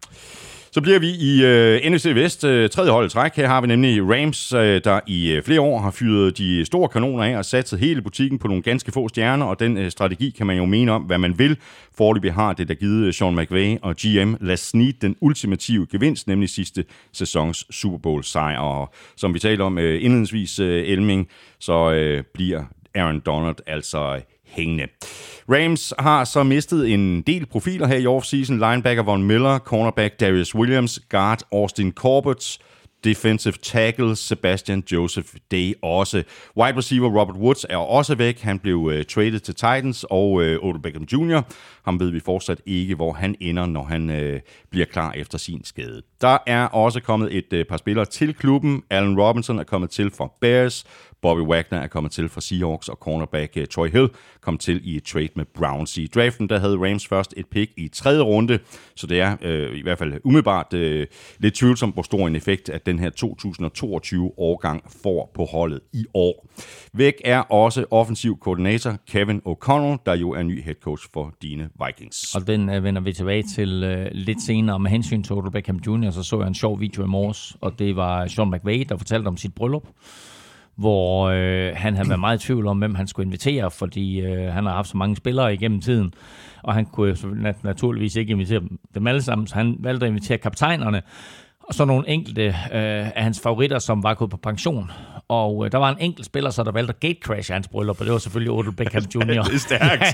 Så bliver vi i NFC Vest, tredje hold i træk. Her har vi nemlig Rams, der i flere år har fyret de store kanoner af og satset hele butikken på nogle ganske få stjerner, og den strategi kan man jo mene om, hvad man vil. Foreløbig har det der givet Sean McVay og GM Les Snead den ultimative gevinst, nemlig sidste sæsons Super Bowl sejr. Og som vi talte om indledningsvis, Elming, så bliver Aaron Donald altså hængende. Rams har så mistet en del profiler her i offseason. Linebacker Von Miller, cornerback Darius Williams, guard Austin Corbett, defensive tackle Sebastian Joseph Day også. Wide receiver Robert Woods er også væk. Han blev traded til Titans, og Odell Beckham Jr. Ham ved vi fortsat ikke, hvor han ender, når han bliver klar efter sin skade. Der er også kommet et par spillere til klubben. Allen Robinson er kommet til fra Bears. Bobby Wagner er kommet til fra Seahawks, og cornerback Troy Hill kom til i et trade med Browns. I draften der havde Rams først et pick i 3. runde, så det er i hvert fald umiddelbart lidt tvivlsomt, hvor stor en effekt, at den her 2022-årgang får på holdet i år. Væk er også offensiv koordinator Kevin O'Connell, der jo er ny head coach for dine Vikings. Og den vender vi tilbage til lidt senere. Med hensyn til Odell Beckham Jr., så jeg en sjov video i morges, og det var Sean McVay, der fortalte om sit bryllup, hvor han havde været meget i tvivl om, hvem han skulle invitere, fordi han har haft så mange spillere igennem tiden, og han kunne naturligvis ikke invitere dem alle sammen, så han valgte at invitere kaptajnerne, og så nogle enkelte af hans favoritter, som var gået på pension. Og der var en enkelt spiller, så der valgte at gatecrashe hans bryllup, og det var selvfølgelig Odell Beckham Jr. Det er stærkt.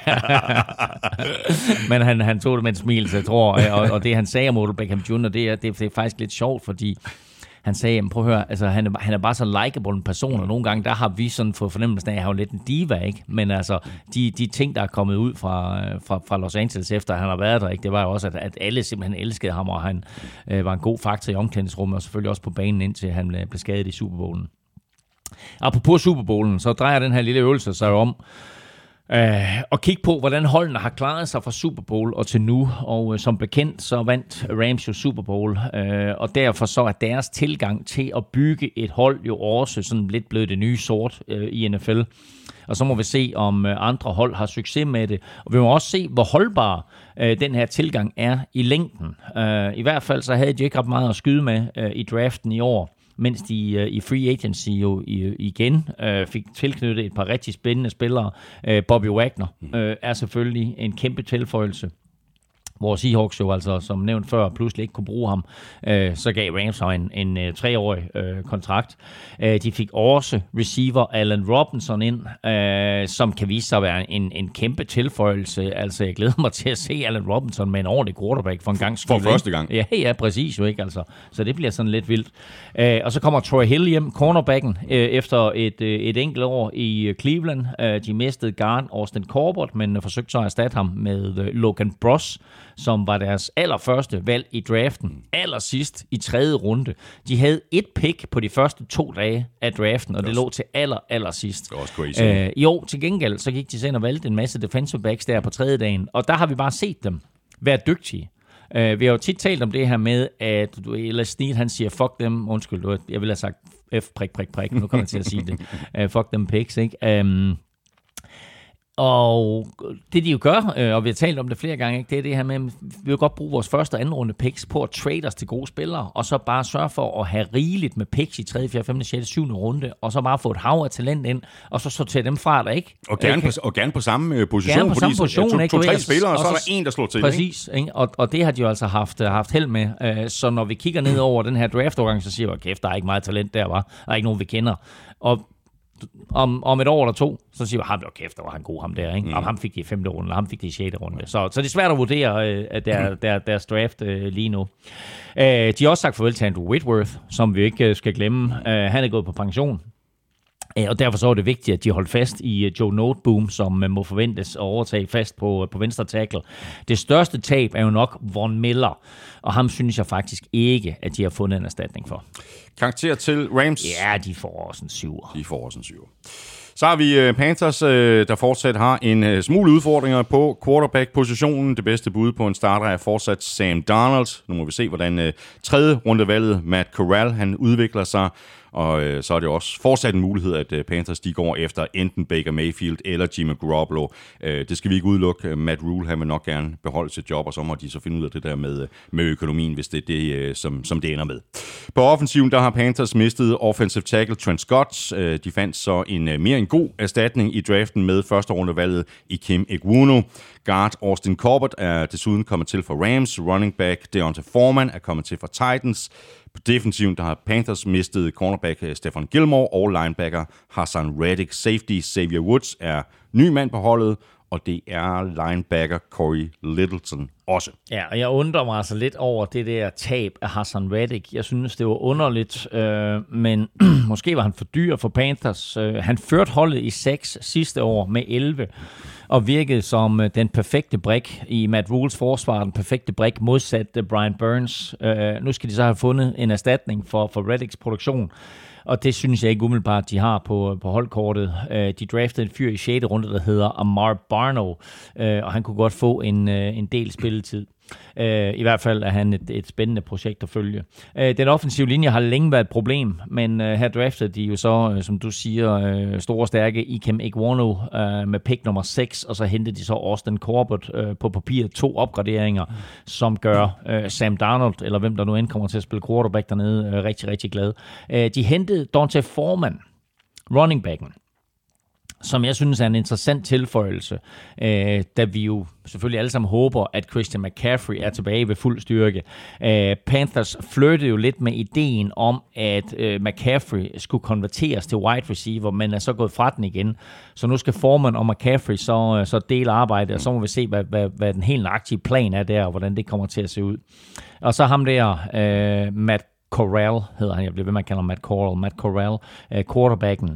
Men han tog det med en smil, så jeg tror, og det han sagde om Odell Beckham Jr., det er faktisk lidt sjovt, fordi han sagde, prøv at høre, altså, han er bare så likeable en person, og nogle gange, der har vi sådan fået fornemmelsen af, at han er jo lidt en diva, ikke? Men altså, de ting, der er kommet ud fra Los Angeles, efter han har været der, ikke? Det var jo også, at alle simpelthen elskede ham, og han var en god faktor i omklædningsrummet, og selvfølgelig også på banen, indtil han blev skadet i Super Bowlen. Apropos Super Bowlen, så drejer den her lille øvelse sig om og kigge på, hvordan holdene har klaret sig fra Super Bowl og til nu. Og som bekendt, så vandt Rams jo Super Bowl, og derfor så er deres tilgang til at bygge et hold jo også sådan lidt blevet det nye sort i NFL. Og så må vi se, om andre hold har succes med det. Og vi må også se, hvor holdbar den her tilgang er i længden. I hvert fald så havde de ikke ret meget at skyde med i draften i år, mens de i free agency jo igen fik tilknyttet et par rigtig spændende spillere. Bobby Wagner er selvfølgelig en kæmpe tilføjelse, hvor Seahawks jo altså, som nævnt før, pludselig ikke kunne bruge ham. Så gav Rams ham en 3-årig kontrakt. De fik også receiver Allen Robinson ind, som kan vise sig at være en kæmpe tilføjelse. Altså, jeg glæder mig til at se Allen Robinson med en ordentlig quarterback for en gang skyld. For første gang. Ja, præcis jo ikke, altså. Så det bliver sådan lidt vildt. Og så kommer Troy Hill hjem, cornerbacken, efter et enkelt år i Cleveland. De mistede guard Austin Corbett, men forsøgte så at erstatte ham med Logan Bross, som var deres allerførste valg i draften, allersidst i 3. runde. De havde 1 pick på de første 2 dage af draften, og det lå til allersidst. Det var også crazy. Jo, til gengæld, så gik de sen og valgte en masse defensive backs der på 3. dagen, og der har vi bare set dem være dygtige. Vi har jo tit talt om det her med, at Eli Snead, han siger, fuck dem, undskyld, jeg ville have sagt F, prik, nu kommer jeg til at sige det. Fuck dem picks, ikke? Og det de jo gør, og vi har talt om det flere gange, ikke, det er det her med, at vi vil godt bruge vores første og anden runde picks på at trade os til gode spillere, og så bare sørge for at have rigeligt med picks i 3., 4., 5., 6., 7. runde, og så bare få et hav af talent ind, og så sortere dem fra der, ikke? Og gerne på samme position. Gerne på samme position, ikke? 2-3 spillere, og så er der en, der slår til. Præcis, ikke? Og det har de jo altså haft held med. Så når vi kigger ned over den her draft-årgang, så siger vi, kæft, der er ikke meget talent der, var. Der er ikke nogen, vi kender. Og om et år eller 2, så siger vi, ham, kæft, der var han god, ham der, ikke? Og ham fik de i 5. runde, og ham fik de i 6. runde. Så det er svært at vurdere deres draft lige nu. De har også sagt farvel til Andrew Whitworth, som vi ikke skal glemme. Han er gået på pension. Og derfor så er det vigtigt, at de holder fast i Joe Noteboom, som må forventes at overtage fast på venstre tackle. Det største tab er jo nok Von Miller, og ham synes jeg faktisk ikke, at de har fundet en erstatning for. Karakter til Rams? Ja, de får også en 7'er. Så har vi Panthers, der fortsat har en smule udfordringer på quarterback-positionen. Det bedste bud på en starter er fortsat Sam Darnold. Nu må vi se, hvordan 3. rundevalget Matt Corral han udvikler sig. Og så er det også fortsat en mulighed, at Panthers de går efter enten Baker Mayfield eller Jimmy Garoppolo. Det skal vi ikke udelukke. Matt Rule han vil nok gerne beholde sit job, og så må de så finde ud af det der med økonomien, hvis det er det, som det ender med. På offensiven der har Panthers mistet offensive tackle Trent Scott. De fandt så en mere en god erstatning i draften med første rundevalget i Kim Ekwonu. Guard Austin Corbett er desuden kommet til for Rams. Running back Deontay Foreman er kommet til for Titans. På defensiven der har Panthers mistet cornerback Stephon Gilmore og linebacker Hassan Reddick. Safety Xavier Woods er ny mand på holdet, og det er linebacker Corey Littleton også. Ja, og jeg undrer mig altså lidt over det der tab af Hassan Reddick. Jeg synes, det var underligt, men måske var han for dyr for Panthers. Han førte holdet i 6 sidste år med 11, og virkede som den perfekte brik i Matt Rules forsvar, den perfekte brik modsat Brian Burns. Nu skal de så have fundet en erstatning for Reddicks produktion, og det synes jeg ikke umiddelbart, de har på holdkortet. De draftede en fyr i 6. runde, der hedder Amar Barno, og han kunne godt få en del spilletid. I hvert fald er han et spændende projekt at følge. Den offensive linje har længe været et problem, men her draftede de jo så, som du siger, store stærke Ikem Ekwonu med pick nummer 6, og så hentede de så Austin Corbett på papir 2 opgraderinger, som gør Sam Darnold, eller hvem der nu end kommer til at spille quarterback dernede, rigtig, rigtig glad. De hentede Deontay Foreman, running backen, som jeg synes er en interessant tilføjelse, da vi jo selvfølgelig alle sammen håber, at Christian McCaffrey er tilbage ved fuld styrke. Panthers flirtede jo lidt med ideen om, at McCaffrey skulle konverteres til wide receiver, men er så gået fra den igen. Så nu skal Foreman og McCaffrey så dele arbejdet, og så må vi se, hvad den helt nøjagtige plan er der, og hvordan det kommer til at se ud. Og så ham der, Matt Corral hedder han, jeg bliver ved med at kalde ham Matt Corral, quarterbacken,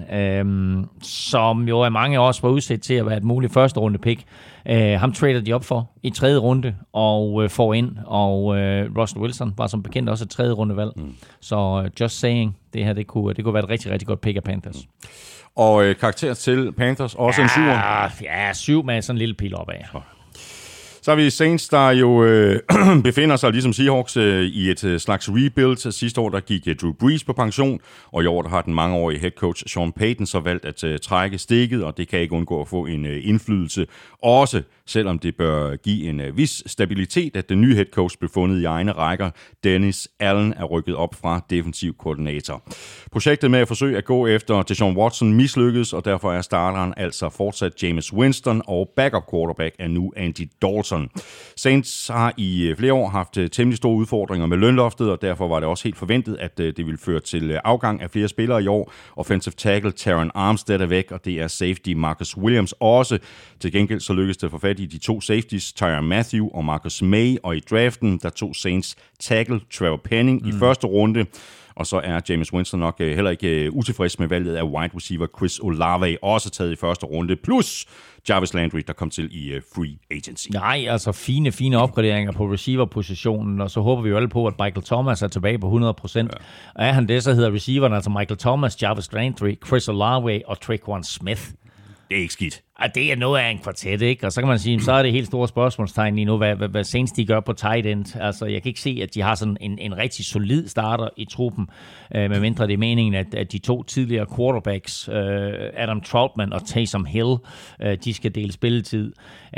som jo af mange også var udsat til at være et muligt første runde pick. Ham trader de op for i 3. runde og får ind, og Russell Wilson var som bekendt også et 3. rundevalg. Så just saying, det her det kunne være et rigtig, rigtig godt pick af Panthers. Og karakter til Panthers, også en 7. Ja, 7 med sådan en lille pil opad. Så har vi Saints, der jo befinder sig ligesom Seahawks i et slags rebuild. Sidste år der gik Drew Brees på pension, og i år der har den mangeårige head coach Sean Payton så valgt at trække stikket, og det kan ikke undgå at få en indflydelse. Også selvom det bør give en vis stabilitet, at den nye head coach blev fundet i egne rækker. Dennis Allen er rykket op fra defensiv koordinator. Projektet med at forsøge at gå efter Deshaun Watson mislykkedes, og derfor er starteren altså fortsat Jameis Winston, og backup quarterback er nu Andy Dalton. Saints har i flere år haft temmelig store udfordringer med lønloftet, og derfor var det også helt forventet, at det ville føre til afgang af flere spillere i år. Offensive tackle Terron Armstead er væk, og det er safety Marcus Williams også. Til gengæld så lykkedes det at få fat i de 2 safeties, Tyrann Mathieu og Marcus May, og i draften der tog Saints tackle Trevor Penning i første runde. Og så er Jameis Winston nok heller ikke utilfreds med valget af wide receiver Chris Olave, også taget i første runde, plus Jarvis Landry, der kom til i free agency. Nej, altså fine opgraderinger på receiver-positionen, og så håber vi jo alle på, at Michael Thomas er tilbage på 100%. Ja. Og er han det, så hedder receiveren altså Michael Thomas, Jarvis Landry, Chris Olave og Tre'Quan Smith. Det er ikke skidt. Og det er noget af en kvartet, ikke? Og så kan man sige, så er det helt store spørgsmålstegn lige nu, hvad Saints de gør på tight end. Altså, jeg kan ikke se, at de har sådan en rigtig solid starter i truppen, medmindre det er meningen, at de 2 tidligere quarterbacks, Adam Troutman og Taysom Hill, de skal dele spilletid.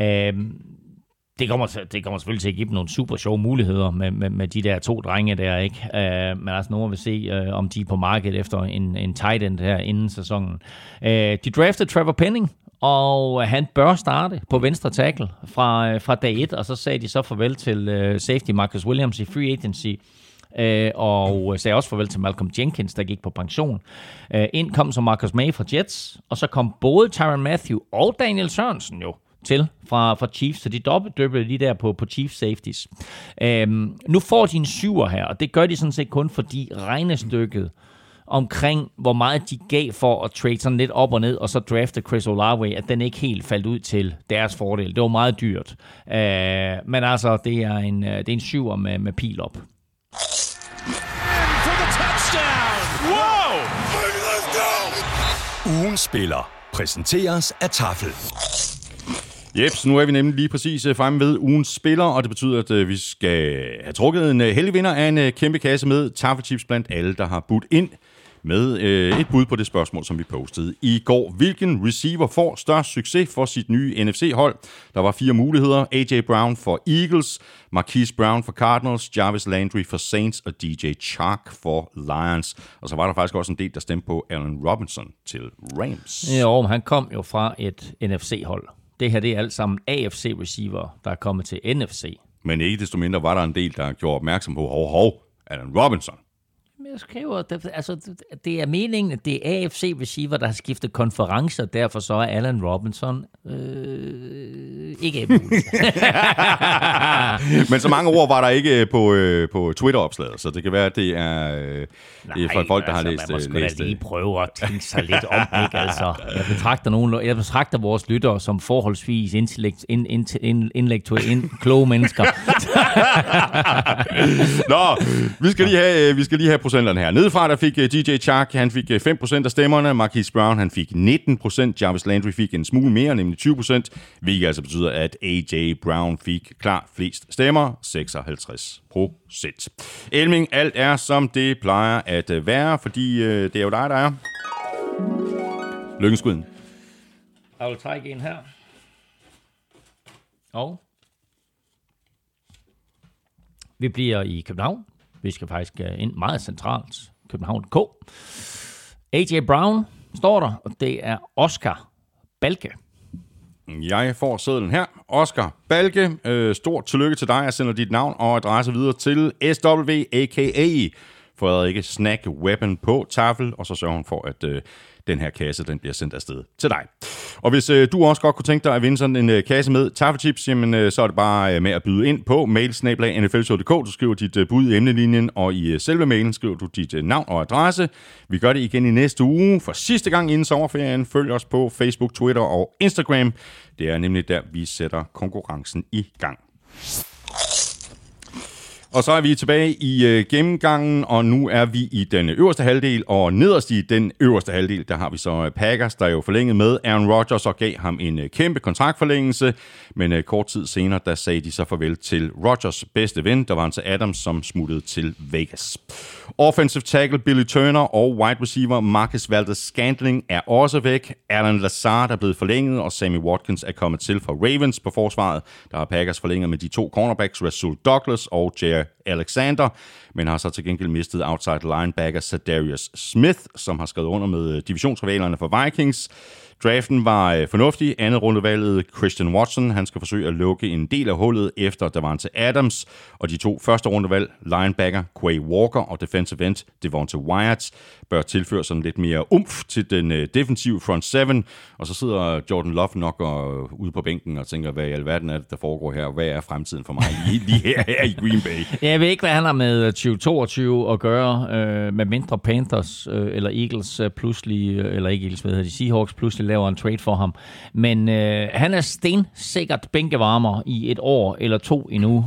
Det kommer selvfølgelig til at give dem nogle super sjove muligheder med de der 2 drenge der, ikke? Men altså nu må vi se, om de er på markedet efter en tight end her inden sæsonen. De draftede Trevor Penning, og han bør starte på venstre tackle fra dag 1, og så sagde de så farvel til safety Marcus Williams i free agency, og sagde også farvel til Malcolm Jenkins, der gik på pension. Ind kom så Marcus May fra Jets, og så kom både Tyrann Mathieu og Daniel Sørensen jo til fra Chiefs, så de dobbeltdøbte lige der på Chiefs safeties. Nu får de en 7'er her, og det gør de sådan set kun fordi regnestykket omkring, hvor meget de gav for at trade sådan lidt op og ned, og så drafte Chris Olave, at den ikke helt faldt ud til deres fordel. Det var meget dyrt. Men altså, det er en 7'er med pil op. Ugens spiller præsenteres af Tafel. Jeps, nu er vi nemlig lige præcis fremme ved ugens spiller, og det betyder, at vi skal have trukket en heldig vinder af en kæmpe kasse med taffelchips blandt alle, der har budt ind med et bud på det spørgsmål, som vi postede i går. Hvilken receiver får størst succes for sit nye NFC-hold? Der var 4 muligheder. A.J. Brown for Eagles, Marquise Brown for Cardinals, Jarvis Landry for Saints og DJ Chark for Lions. Og så var der faktisk også en del, der stemte på Allen Robinson til Rams. Jo, han kom jo fra et NFC-hold. Det her, det er alt sammen AFC-receiver, der er kommet til NFC. Men ikke desto mindre var der en del, der gjorde opmærksom på, Allen Robinson. Jeg skriver, det er meningen, at det er AFC-receiver, der har skiftet konferencer, derfor så er Allen Robinson ikke muligt. Men så mange ord var der ikke på Twitter-opslaget, så det kan være, at det er for folk, der har læst. Man må sgu da lige prøve at tænke sig lidt om, ikke? Altså, jeg betragter vores lyttere som forholdsvis intellektuelle, kloge mennesker. Nå, vi skal lige have procenterne her. Nedefra der fik DJ Chark, han fik 5% af stemmerne, Marquise Brown, han fik 19%, Jarvis Landry fik en smule mere, nemlig 20%, hvilket altså betyder, at A.J. Brown fik klart flest stemmer, 56%. Elming, alt er som det plejer at være, fordi det er jo dig, der er. Lykkeskuden. Jeg vil trække en her. Og vi bliver i København. Vi skal faktisk ind meget centralt. København K. A.J. Brown står der, og det er Oscar Balke. Jeg får sedlen her. Oscar Balke, stort tillykke til dig. Jeg sender dit navn og adresse videre til SW, a.k.a. Frederikke Snack Weapon på Tafel, og så sørger hun for, at den her kasse, den bliver sendt afsted til dig. Og hvis du også godt kunne tænke dig at vinde sådan en kasse med taffelchips, jamen så er det bare med at byde ind på mail@nflshow.dk. Du skriver dit bud i emnelinjen, og i selve mailen skriver du dit navn og adresse. Vi gør det igen i næste uge for sidste gang inden sommerferien. Følg os på Facebook, Twitter og Instagram. Det er nemlig der, vi sætter konkurrencen i gang. Og så er vi tilbage i gennemgangen, og nu er vi i den øverste halvdel, og nederst i den øverste halvdel, der har vi så Packers, der er jo forlænget med Aaron Rodgers og gav ham en kæmpe kontraktforlængelse, men kort tid senere, der sagde de så farvel til Rodgers bedste ven, der var han til Adams, som smuttede til Vegas. Offensive tackle Billy Turner og wide receiver Marcus Valdes-Scantling er også væk. Alan Lazard er blevet forlænget, og Sammy Watkins er kommet til fra Ravens på forsvaret. Der har Packers forlænget med de 2 cornerbacks, Rasul Douglas og Jair Alexander, men har så til gengæld mistet outside linebacker Zadarius Smith, som har skrevet under med divisionsrivalerne for Vikings. Draften var fornuftig. Andet rundevalget Christian Watson, han skal forsøge at lukke en del af hullet efter Davante Adams, og de 2 første rundevalg, linebacker Quay Walker og defensive end Devonta Wyatt, bør tilføre sådan lidt mere umf til den defensive front 7, og så sidder Jordan Love nok ude på bænken og tænker, hvad i alverden er det, der foregår her, hvad er fremtiden for mig lige her i Green Bay? Jeg ved ikke, hvad han har med 2022 at gøre, med mindre Panthers eller Eagles pludselig, eller ikke Eagles, hvad hedder de, Seahawks pludselig laver en trade for ham. Men han er stensikkert bænkevarmer i 1 år eller 2 endnu.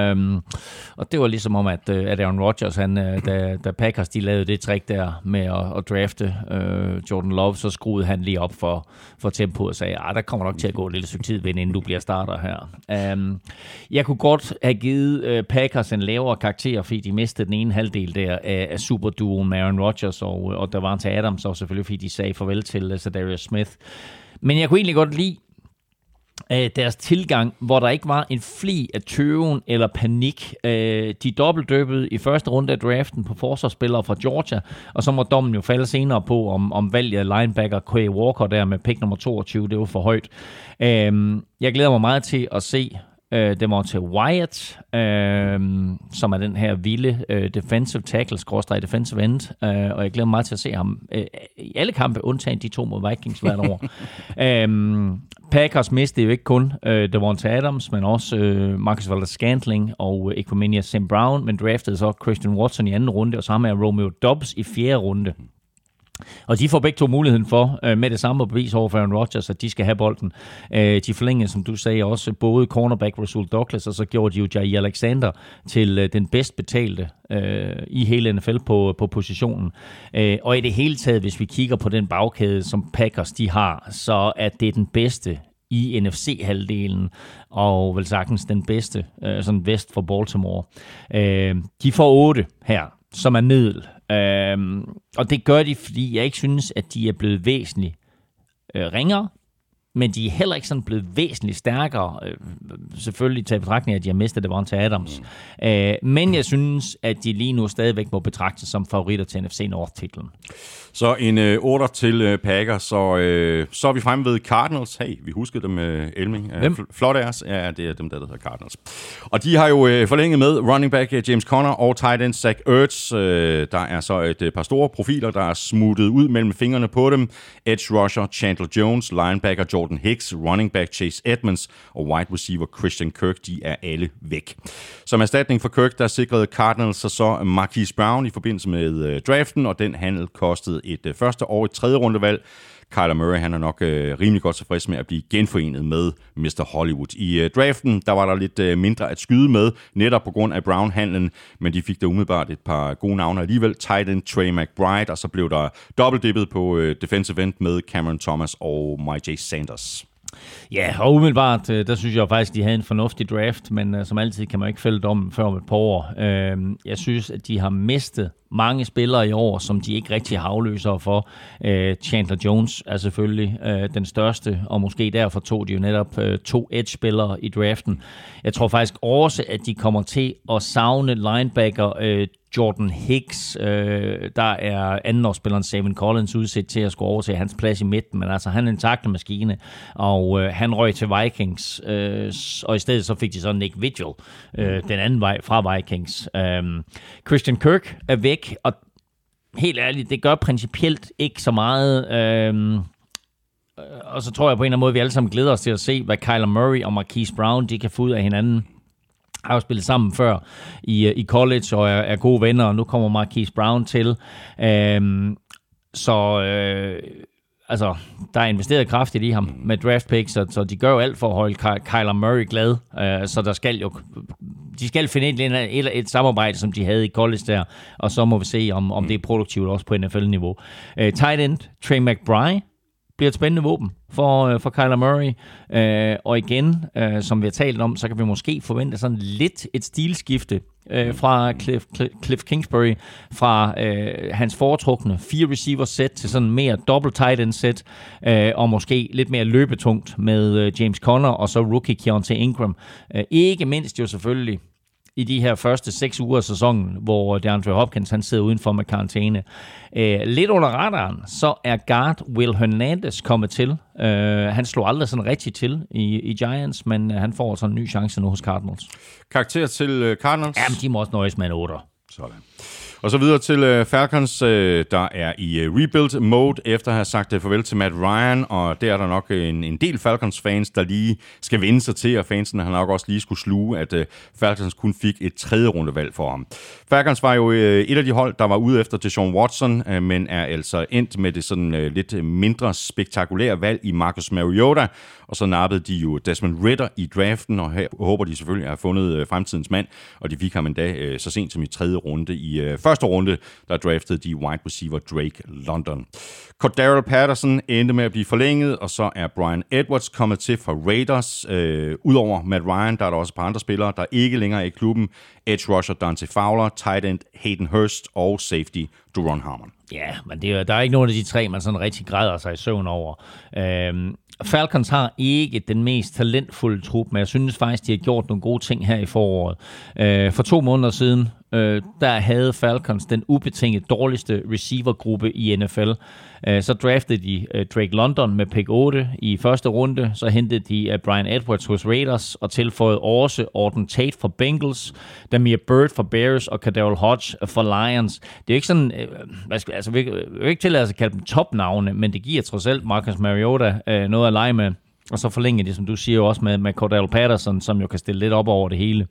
Og det var ligesom om, at Aaron Rodgers, da Packers de lavede det trick der med at drafte Jordan Love, så skruede han lige op for tempoet og sagde, der kommer nok til at gå et lille stykke tid, inden du bliver starter her. Jeg kunne godt have givet Packers en lavere karakter, fordi de mistede den ene halvdel der af superduoen med Aaron Rodgers og Davante Adams, og selvfølgelig fordi de sagde farvel til Zadarius Smith. Men jeg kunne egentlig godt lide deres tilgang, hvor der ikke var en fli af tøven eller panik. De dobbeltdøbede i første runde af draften på forsvarsspillere fra Georgia, og så må dommen jo falde senere på, om valget af linebacker Quay Walker der med pick nummer 22, det var for højt. Jeg glæder mig meget til at se Devonta Wyatt, som er den her vilde defensive tackle, defensive end, og jeg glæder mig meget til at se ham i alle kampe, undtagen de 2 mod Vikings hvert år. Packers mistede jo ikke kun Devonta Adams, men også Marcus Valdes-Scantling og Equanimeous St. Brown, men draftede så Christian Watson i 2. runde, og så med Romeo Doubs i 4. runde. Og de får begge 2 muligheden for, med det samme bevis over for Aaron Rodgers, at de skal have bolden. De forlængede, som du sagde, også både cornerback Rasul Douglas, og så gjorde de jo Jair Alexander til den bedst betalte i hele NFL på positionen. Og i det hele taget, hvis vi kigger på den bagkæde, som Packers de har, så er det den bedste i NFC-halvdelen, og vel sagtens den bedste sådan vest for Baltimore. De får 8 her, som er middel. Og det gør de, fordi jeg ikke synes, at de er blevet væsentligt ringere, men de er heller ikke sådan blevet væsentligt stærkere. Selvfølgelig til betragtning af, at de har mistet Devonta Adams. Men jeg synes, at de lige nu stadigvæk må betragtes som favoritter til NFC North-titlen. Så en 8 til Packers, så er vi fremme ved Cardinals. Hey, vi husker dem, Elming. Flot af os. Ja, det er dem, der hedder Cardinals. Og de har jo forlænget med running back James Conner og tight end Zach Ertz. Der er så et par store profiler, der er smuttet ud mellem fingrene på dem. Edge rusher Chandler Jones, linebacker Jordan Hicks, running back Chase Edmonds og wide receiver Christian Kirk, de er alle væk. Som erstatning for Kirk, der sikrede Cardinals så Marquise Brown i forbindelse med draften, og den handel kostede et første og et 3. rundevalg. Kyler Murray, han er nok rimelig godt tilfreds med at blive genforenet med Mr. Hollywood. I draften, der var der lidt mindre at skyde med, netop på grund af Brown-handlen, men de fik da umiddelbart et par gode navne alligevel. Tight end Trey McBride, og så blev der dobbeltdippet på defensive end med Cameron Thomas og Mike J. Sanders. Ja, og umiddelbart, der synes jeg faktisk, de havde en fornuftig draft, men som altid kan man ikke fælde dommen før om et par år. Jeg synes, at de har mistet mange spillere i år, som de ikke rigtig har afløsere for. Chandler Jones er selvfølgelig den største, og måske derfor tog de jo netop 2 edge-spillere i draften. Jeg tror faktisk også, at de kommer til at savne linebacker Jordan Hicks. Der er andenårsspilleren Savin Collins udsat til at skulle over til hans plads i midten, men altså han er en tackle-maskine, og han røg til Vikings, og i stedet så fik de så Nick Vigil den anden vej fra Vikings. Christian Kirk er væk, og helt ærligt, det gør principielt ikke så meget. Og så tror jeg på en eller anden måde, vi alle sammen glæder os til at se, hvad Kyler Murray og Marquise Brown, de kan få ud af hinanden. Har jo spillet sammen før i college og er gode venner, og nu kommer Marquise Brown til. Altså, der er investeret kraftigt i ham med draft picks, så de gør jo alt for at holde Kyler Murray glad. Så de skal finde et samarbejde, som de havde i college der, og så må vi se, om det er produktivt også på NFL-niveau. Tight end, Trey McBride, bliver et spændende våben for Kyler Murray. Og igen, som vi har talt om, så kan vi måske forvente sådan lidt et stilskifte fra Cliff Kingsbury, fra hans foretrukne 4 receiver set til sådan mere double tight end set, og måske lidt mere løbetungt med James Conner og så rookie Keontae Ingram. Ikke mindst jo selvfølgelig i de her første 6 uger af sæsonen, hvor DeAndre Hopkins han sidder udenfor med karantæne. Lidt under radaren, så er guard Will Hernandez kommet til. Han slog aldrig sådan rigtig til i Giants, men han får sådan en ny chance nu hos Cardinals. Karakter til Cardinals? Jamen, de må også nøjes med en 8'er. Sådan. Og så videre til Falcons, der er i rebuild mode efter at have sagt farvel til Matt Ryan, og der er der nok en del Falcons-fans, der lige skal vende sig til, og fansene har nok også lige skulle sluge, at Falcons kun fik et 3. rundevalg for ham. Falcons var jo et af de hold, der var ude efter Deshaun Watson, men er altså endt med det sådan lidt mindre spektakulære valg i Marcus Mariota, og så nappede de jo Desmond Ridder i draften, og her håber de selvfølgelig at have fundet fremtidens mand, og de fik ham endda så sent som i 3. runde. I første runde, der draftede de wide receiver Drake London. Cordarrelle Patterson endte med at blive forlænget, og så er Brian Edwards kommet til fra Raiders. Udover Matt Ryan, der er der også et par andre spillere, der ikke længere er i klubben. Edge rusher Dante Fowler, tight end Hayden Hurst og safety Duron Harmon. Ja, men der er ikke nogen af de 3, man sådan rigtig græder sig i søvn over. Falcons har ikke den mest talentfulde trup, men jeg synes faktisk, de har gjort nogle gode ting her i foråret. For 2 måneder siden, der havde Falcons den ubetinget dårligste receivergruppe i NFL. Så draftede de Drake London med pick 8 i første runde. Så hentede de Brian Edwards hos Raiders og tilføjede også Auden Tate fra Bengals, Damiere Byrd fra Bears og Kadarius Hodge fra Lions. Det er jo ikke sådan, vi vil ikke tillade os at kalde dem topnavne, men det giver trods alt Marcus Mariota noget at lege med. Og så forlænger de, som du siger, også med Cordarrelle Patterson, som jo kan stille lidt op over det hele.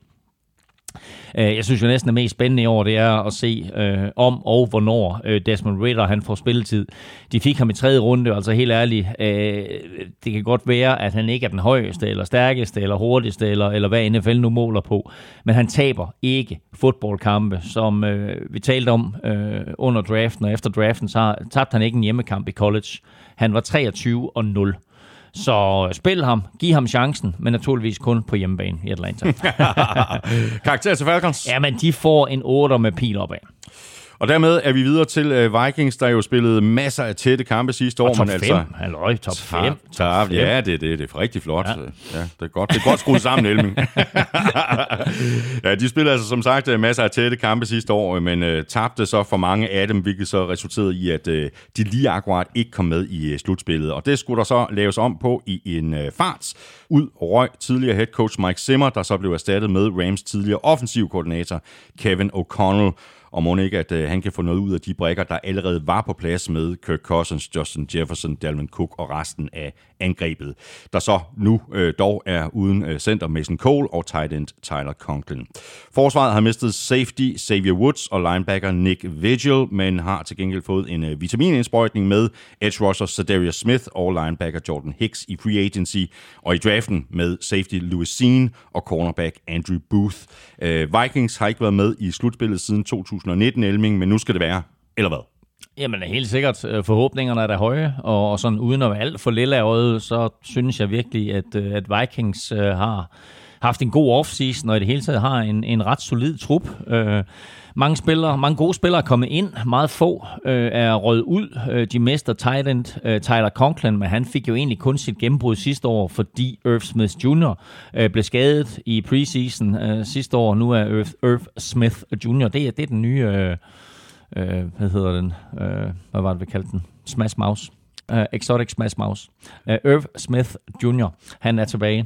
Jeg synes jo næsten det mest spændende i år, det er at se om og hvornår Desmond Ridder han får spilletid. De fik ham i 3. runde, altså helt ærligt, det kan godt være, at han ikke er den højeste, eller stærkeste, eller hurtigste, eller hvad NFL nu måler på, men han taber ikke fodboldkampe, som vi talte om under draften, og efter draften, så tabte han ikke en hjemmekamp i college. Han var 23-0. Så spil ham, giv ham chancen, men naturligvis kun på hjemmebane i Atlanta. Karakter til Falcons? Jamen, de får en 8 med pil opad. Og dermed er vi videre til Vikings, der jo spillede masser af tætte kampe sidste år. Og top 5. Altså, Halløj, top 5. Ja, det er rigtig flot. Ja. Ja, det er godt skruet sammen, Elming. Ja, de spillede altså som sagt masser af tætte kampe sidste år, men tabte så for mange af dem, hvilket så resulterede i, at de lige akkurat ikke kom med i slutspillet. Og det skulle der så laves om på i en fart. Ud røg tidligere head coach Mike Zimmer, der så blev erstattet med Rams tidligere offensiv koordinator Kevin O'Connell. Og må ikke, at han kan få noget ud af de brikker, der allerede var på plads med Kirk Cousins, Justin Jefferson, Dalvin Cook og resten af angrebet, der så nu dog er uden center Mason Cole og tight end Tyler Conklin. Forsvaret har mistet safety Xavier Woods og linebacker Nick Vigil, men har til gengæld fået en vitaminindsprøjtning med edge rusher Za'Darius Smith og linebacker Jordan Hicks i free agency, og i draften med safety Louis Cine og cornerback Andrew Booth. Vikings har ikke været med i slutspillet siden 2019, Elming, men nu skal det være, eller hvad? Jamen helt sikkert. Forhåbningerne er der høje, og sådan uden at være alt for lille af øjet, så synes jeg virkelig, at Vikings har haft en god offseason, og i det hele taget har en ret solid trup. Mange gode spillere er kommet ind, meget få er røget ud. De mister tight end Tyler Conklin, men han fik jo egentlig kun sit gennembrud sidste år, fordi Irv Smith Jr. Blev skadet i preseason sidste år. Nu er Irv Smith Jr. Det er den nye, hvad hedder den? Hvad var det, vi kaldte den? Smash Mouse. Exotic Smash Mouse. Irv Smith Jr. Han er tilbage.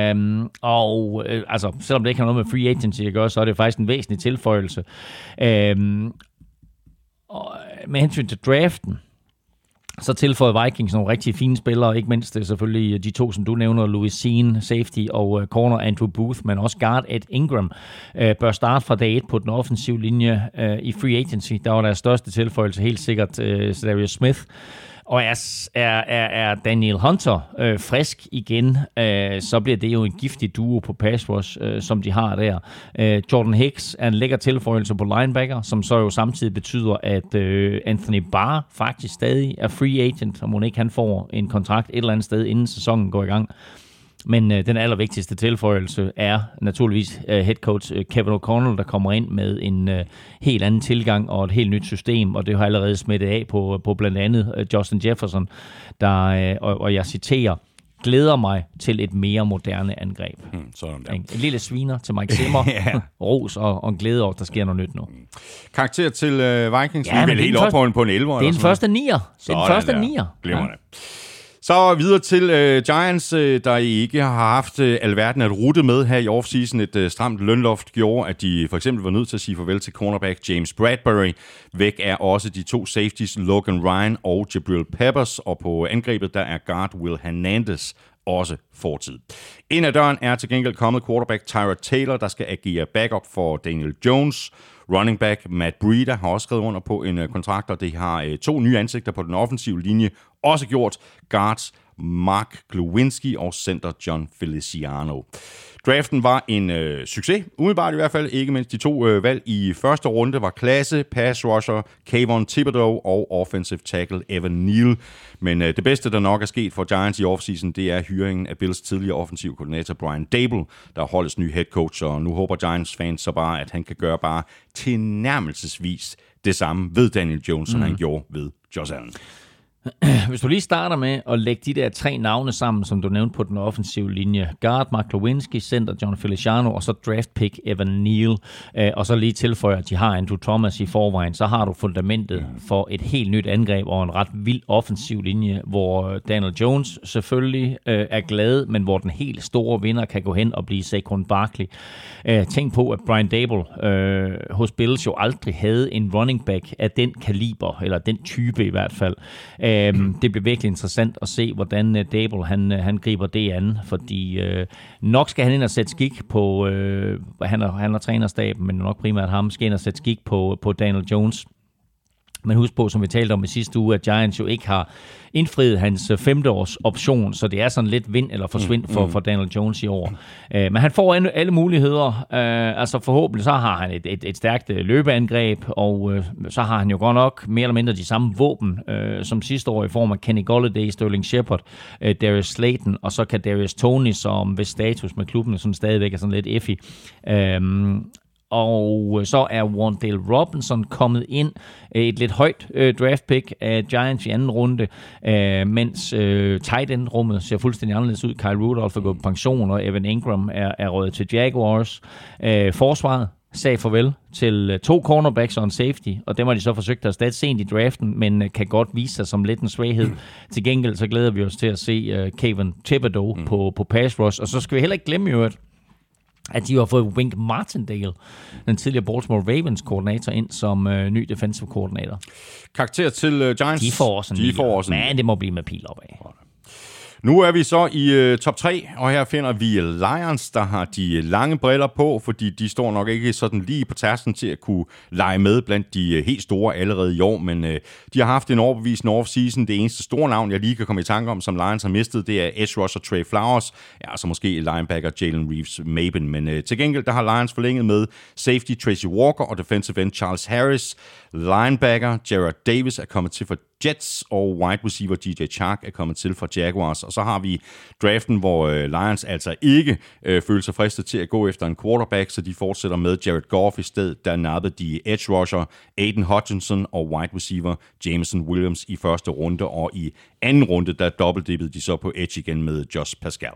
Altså, selvom det ikke har noget med free agency at gøre, så er det faktisk en væsentlig tilføjelse. med hensyn til draften, så tilføjer Vikings nogle rigtig fine spillere, ikke mindst selvfølgelig de to, som du nævner, Louis Sean, safety, og corner Andrew Booth, men også guard Ed Ingram, bør starte fra dag 1 på den offensive linje i free agency. Der var deres største tilføjelse helt sikkert Darius Smith. Og er Daniel Hunter frisk igen, så bliver det jo en giftig duo på pass rush, som de har der. Jordan Hicks er en lækker tilføjelse på linebacker, som så jo samtidig betyder, at Anthony Barr faktisk stadig er free agent, og må ikke han får en kontrakt et eller andet sted, inden sæsonen går i gang. Men den allervigtigste tilføjelse er naturligvis head coach Kevin O'Connell, der kommer ind med en helt anden tilgang og et helt nyt system, og det har allerede smittet af på blandt andet Justin Jefferson, der, og jeg citerer, glæder mig til et mere moderne angreb. Sådan der. En lille sviner til Mike Zimmer, ros og en glæde over, der sker noget nyt nu. Karakter til Vikings, ja, vi er vel helt op på en 11'er. Det er den første nier. Glimrende. Så videre til Giants, der ikke har haft alverden at rute med her i offseason. Et stramt lønloft gjorde, at de for eksempel var nødt til at sige farvel til cornerback James Bradbury. Væk er også de to safeties Logan Ryan og Jabril Peppers, og på angrebet der er guard Will Hernandez også fortid. Ind ad døren er til gengæld kommet quarterback Tyrod Taylor, der skal agere backup for Daniel Jones. Running back Matt Breida har også skrevet under på en kontrakt, og det har to nye ansigter på den offensive linje også gjort. Guards Mark Glowinski og center John Feliciano. Draften var en succes, umiddelbart i hvert fald. Ikke mindst de to valg i første runde var klasse, pass rusher Kayvon Thibodeau og offensive tackle Evan Neal. Men det bedste, der nok er sket for Giants i offseason, det er hyringen af Bills tidligere offensiv koordinator Brian Dable, der er holdets nye head coach, og nu håber Giants fans så bare, at han kan gøre bare tilnærmelsesvis det samme ved Daniel Jones, som han gjorde ved Josh Allen. Hvis du lige starter med at lægge de der tre navne sammen, som du nævnte på den offensive linje. Guard Mark Lewinsky, center John Feliciano, og så draft pick Evan Neal. Og så lige tilføjer, at de har Andrew Thomas i forvejen. Så har du fundamentet for et helt nyt angreb og en ret vild offensiv linje, hvor Daniel Jones selvfølgelig er glad, men hvor den helt store vinder kan gå hen og blive Saquon Barkley. Tænk på, at Brian Dable hos Bills jo aldrig havde en running back af den kaliber, eller den type i hvert fald. Det bliver virkelig interessant at se, hvordan Dable han griber det an, fordi nok skal han ind og sætte skik på, han er trænerstaben, men nok primært ham, skal ind og sætte skik på Daniel Jones. Men husk på, som vi talte om i sidste uge, at Giants jo ikke har indfriet hans 5-års option, så det er sådan lidt vind eller forsvind for Daniel Jones i år. Men han får alle muligheder. Altså forhåbentlig så har han et stærkt løbeangreb, og så har han jo godt nok mere eller mindre de samme våben som sidste år i form af Kenny Golladay, Sterling Shepard, Darius Slayton, og så kan Darius Toney, som ved status med klubben sådan stadigvæk er sådan lidt iffy. Og så er Wan'Dale Robinson kommet ind, et lidt højt draft pick af Giants i anden runde, mens tight end-rummet ser fuldstændig anderledes ud. Kyle Rudolph er gået på pension, og Evan Ingram er røget til Jaguars. Forsvaret sagde farvel til 2 cornerbacks og en safety, og dem har de så forsøgt at erstatte sent i draften, men kan godt vise sig som lidt en svaghed. Til gengæld så glæder vi os til at se Kayvon Thibodeau på pass rush, og så skal vi heller ikke glemme at de har fået Wink Martindale, den tidligere Baltimore Ravens koordinator, ind som ny defensive koordinator. Karakter til Giants. De får også en men det må blive med pil opad. Nu er vi så i top 3, og her finder vi Lions, der har de lange briller på, fordi de står nok ikke sådan lige på tærsten til at kunne lege med blandt de helt store allerede i år, men de har haft en overbevisende offseason. Det eneste store navn, jeg lige kan komme i tanke om, som Lions har mistet, det er edge rusher Trey Flowers, ja, så måske linebacker Jalen Reeves-Maben, men til gengæld der har Lions forlænget med safety Tracy Walker og defensive end Charles Harris. Linebacker Jared Davis er kommet til for Jets, og wide receiver DJ Chark er kommet til fra Jaguars. Og så har vi draften, hvor Lions altså ikke føler sig fristet til at gå efter en quarterback, så de fortsætter med Jared Goff i stedet. Der nappede de edge rusher Aiden Hutchinson og wide receiver Jameson Williams i første runde, og i anden runde, der dobbeltdippede de så på edge igen med Josh Pascal.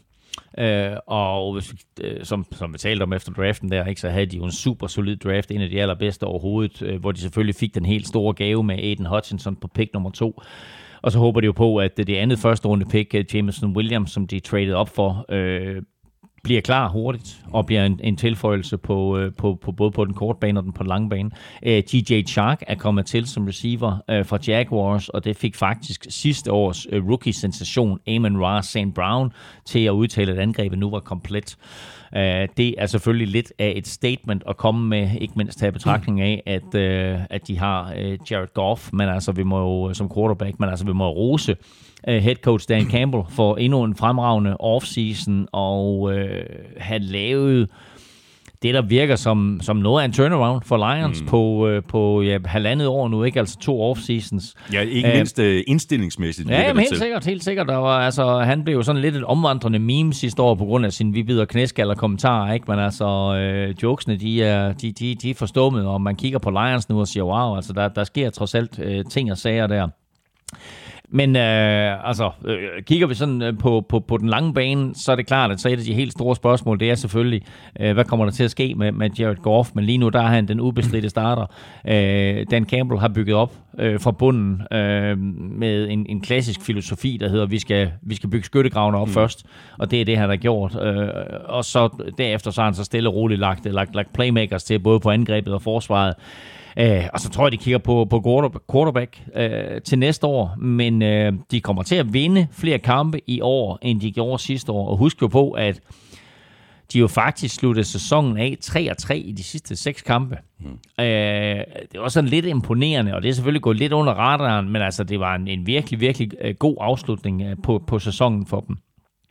Og som vi talte om efter draften der, ikke, så havde de jo en super solid draft, en af de allerbedste overhovedet, hvor de selvfølgelig fik den helt store gave med Aiden Hutchinson på pick nummer 2. Og så håber de jo på, at det andet første runde pick, Jameson Williams, som de traded op for, bliver klar hurtigt og bliver en tilføjelse på både på den korte bane og den på den lange bane. TJ Chark er kommet til som receiver fra Jaguars, og det fik faktisk sidste års rookie-sensation Amon-Ra St. Brown til at udtale, at angrebet nu var komplet. Det er selvfølgelig lidt af et statement at komme med, ikke mindst tage betragtning af, at de har Jared Goff, men altså vi må jo som quarterback, men altså vi må rose head coach Dan Campbell for endnu en fremragende offseason, og have lavet det, der virker som noget af en turnaround for Lions på halvandet år nu, ikke? Altså 2 off-seasons. Ja, ikke mindst indstillingsmæssigt. Ja, men helt sikkert. Der var, altså, han blev jo sådan lidt et omvandrende meme sidste år på grund af sin vi bider knæskaller kommentarer, ikke? Men altså, jokesene, de er forstummet, og man kigger på Lions nu og siger, wow, altså der sker trods alt ting og sager der. Men kigger vi sådan på den lange bane, så er det klart, at så et af de helt store spørgsmål, det er selvfølgelig, hvad kommer der til at ske med Jared Goff? Men lige nu, der er han den ubestridte starter. Dan Campbell har bygget op fra bunden med en klassisk filosofi, der hedder, vi skal bygge skyttegravene op først, og det er det, han har gjort. Og så derefter så har han så stille og roligt lagt playmakers til, både på angrebet og forsvaret. Og så tror jeg, de kigger på quarterback til næste år, men de kommer til at vinde flere kampe i år, end de gjorde sidste år. Og husk jo på, at de jo faktisk sluttede sæsonen af 3-3 i de sidste 6 kampe. Det var sådan lidt imponerende, og det er selvfølgelig gået lidt under radaren, men altså det var en virkelig, virkelig god afslutning på sæsonen for dem.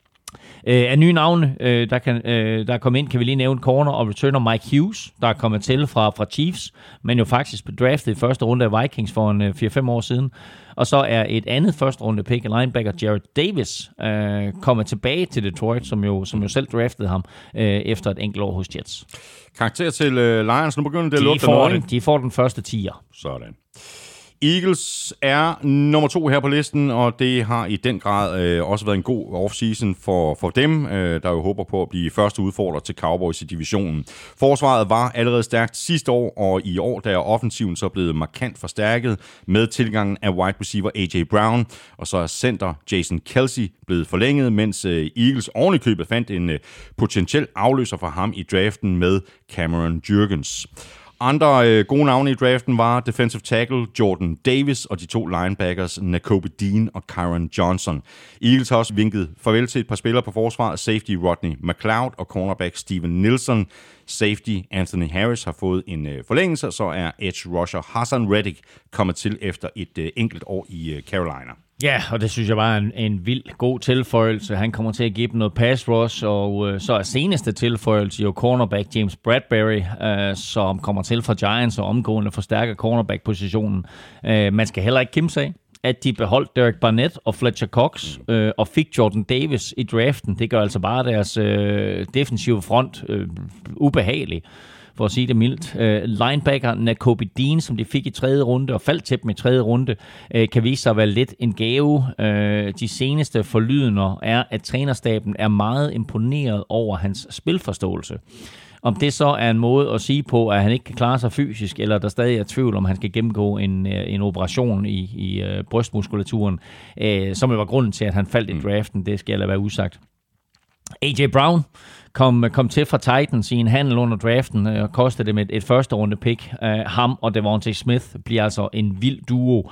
Af nye navne, der er kommet ind, kan vi lige nævne corner og returner Mike Hughes, der er kommet til fra Chiefs, men jo faktisk blev draftet i første runde af Vikings for en 4-5 år siden. Og så er et andet første runde pick, linebacker Jared Davis, kommet tilbage til Detroit, som jo selv draftede ham efter et enkelt år hos Jets. Karakter til Lions, nu begynder det at lugte noget. De får den første 10'er. Sådan. Eagles er nummer 2 her på listen, og det har i den grad også været en god offseason for dem, der jo håber på at blive første udfordrer til Cowboys i divisionen. Forsvaret var allerede stærkt sidste år, og i år der er offensiven så blevet markant forstærket med tilgangen af wide receiver A.J. Brown, og så er center Jason Kelce blevet forlænget, mens Eagles ovenikøbet fandt en potentiel afløser for ham i draften med Cameron Jurgens. Andre gode navne i draften var defensive tackle Jordan Davis og de 2 linebackers Nakobe Dean og Kyron Johnson. Eagles har også vinket farvel til et par spillere på forsvaret, safety Rodney McLeod og cornerback Steven Nilsson. Safety Anthony Harris har fået en forlængelse, så er edge rusher Hassan Reddick kommet til efter et enkelt år i Carolina. Ja, og det synes jeg var en vild god tilføjelse. Han kommer til at give dem noget pass rush, og så er seneste tilføjelse jo cornerback James Bradbury, som kommer til fra Giants og omgående forstærker cornerback-positionen. Man skal heller ikke kimse af, at de beholdt Derek Barnett og Fletcher Cox og fik Jordan Davis i draften. Det gør altså bare deres defensive front ubehagelig, for at sige det mildt. Linebacker Nakobe Dean, som de fik i 3. runde, og faldt til dem i 3. runde, kan vise sig at være lidt en gave. De seneste forlydender er, at trænerstaben er meget imponeret over hans spilforståelse. Om det så er en måde at sige på, at han ikke kan klare sig fysisk, eller der stadig er tvivl, om han skal gennemgå en operation i brystmuskulaturen, som jo var grunden til, at han faldt i draften, det skal lade være usagt. A.J. Brown kom til fra Titans i en handel under draften og kostede dem et første runde pick. Ham og Devontae Smith bliver altså en vild duo.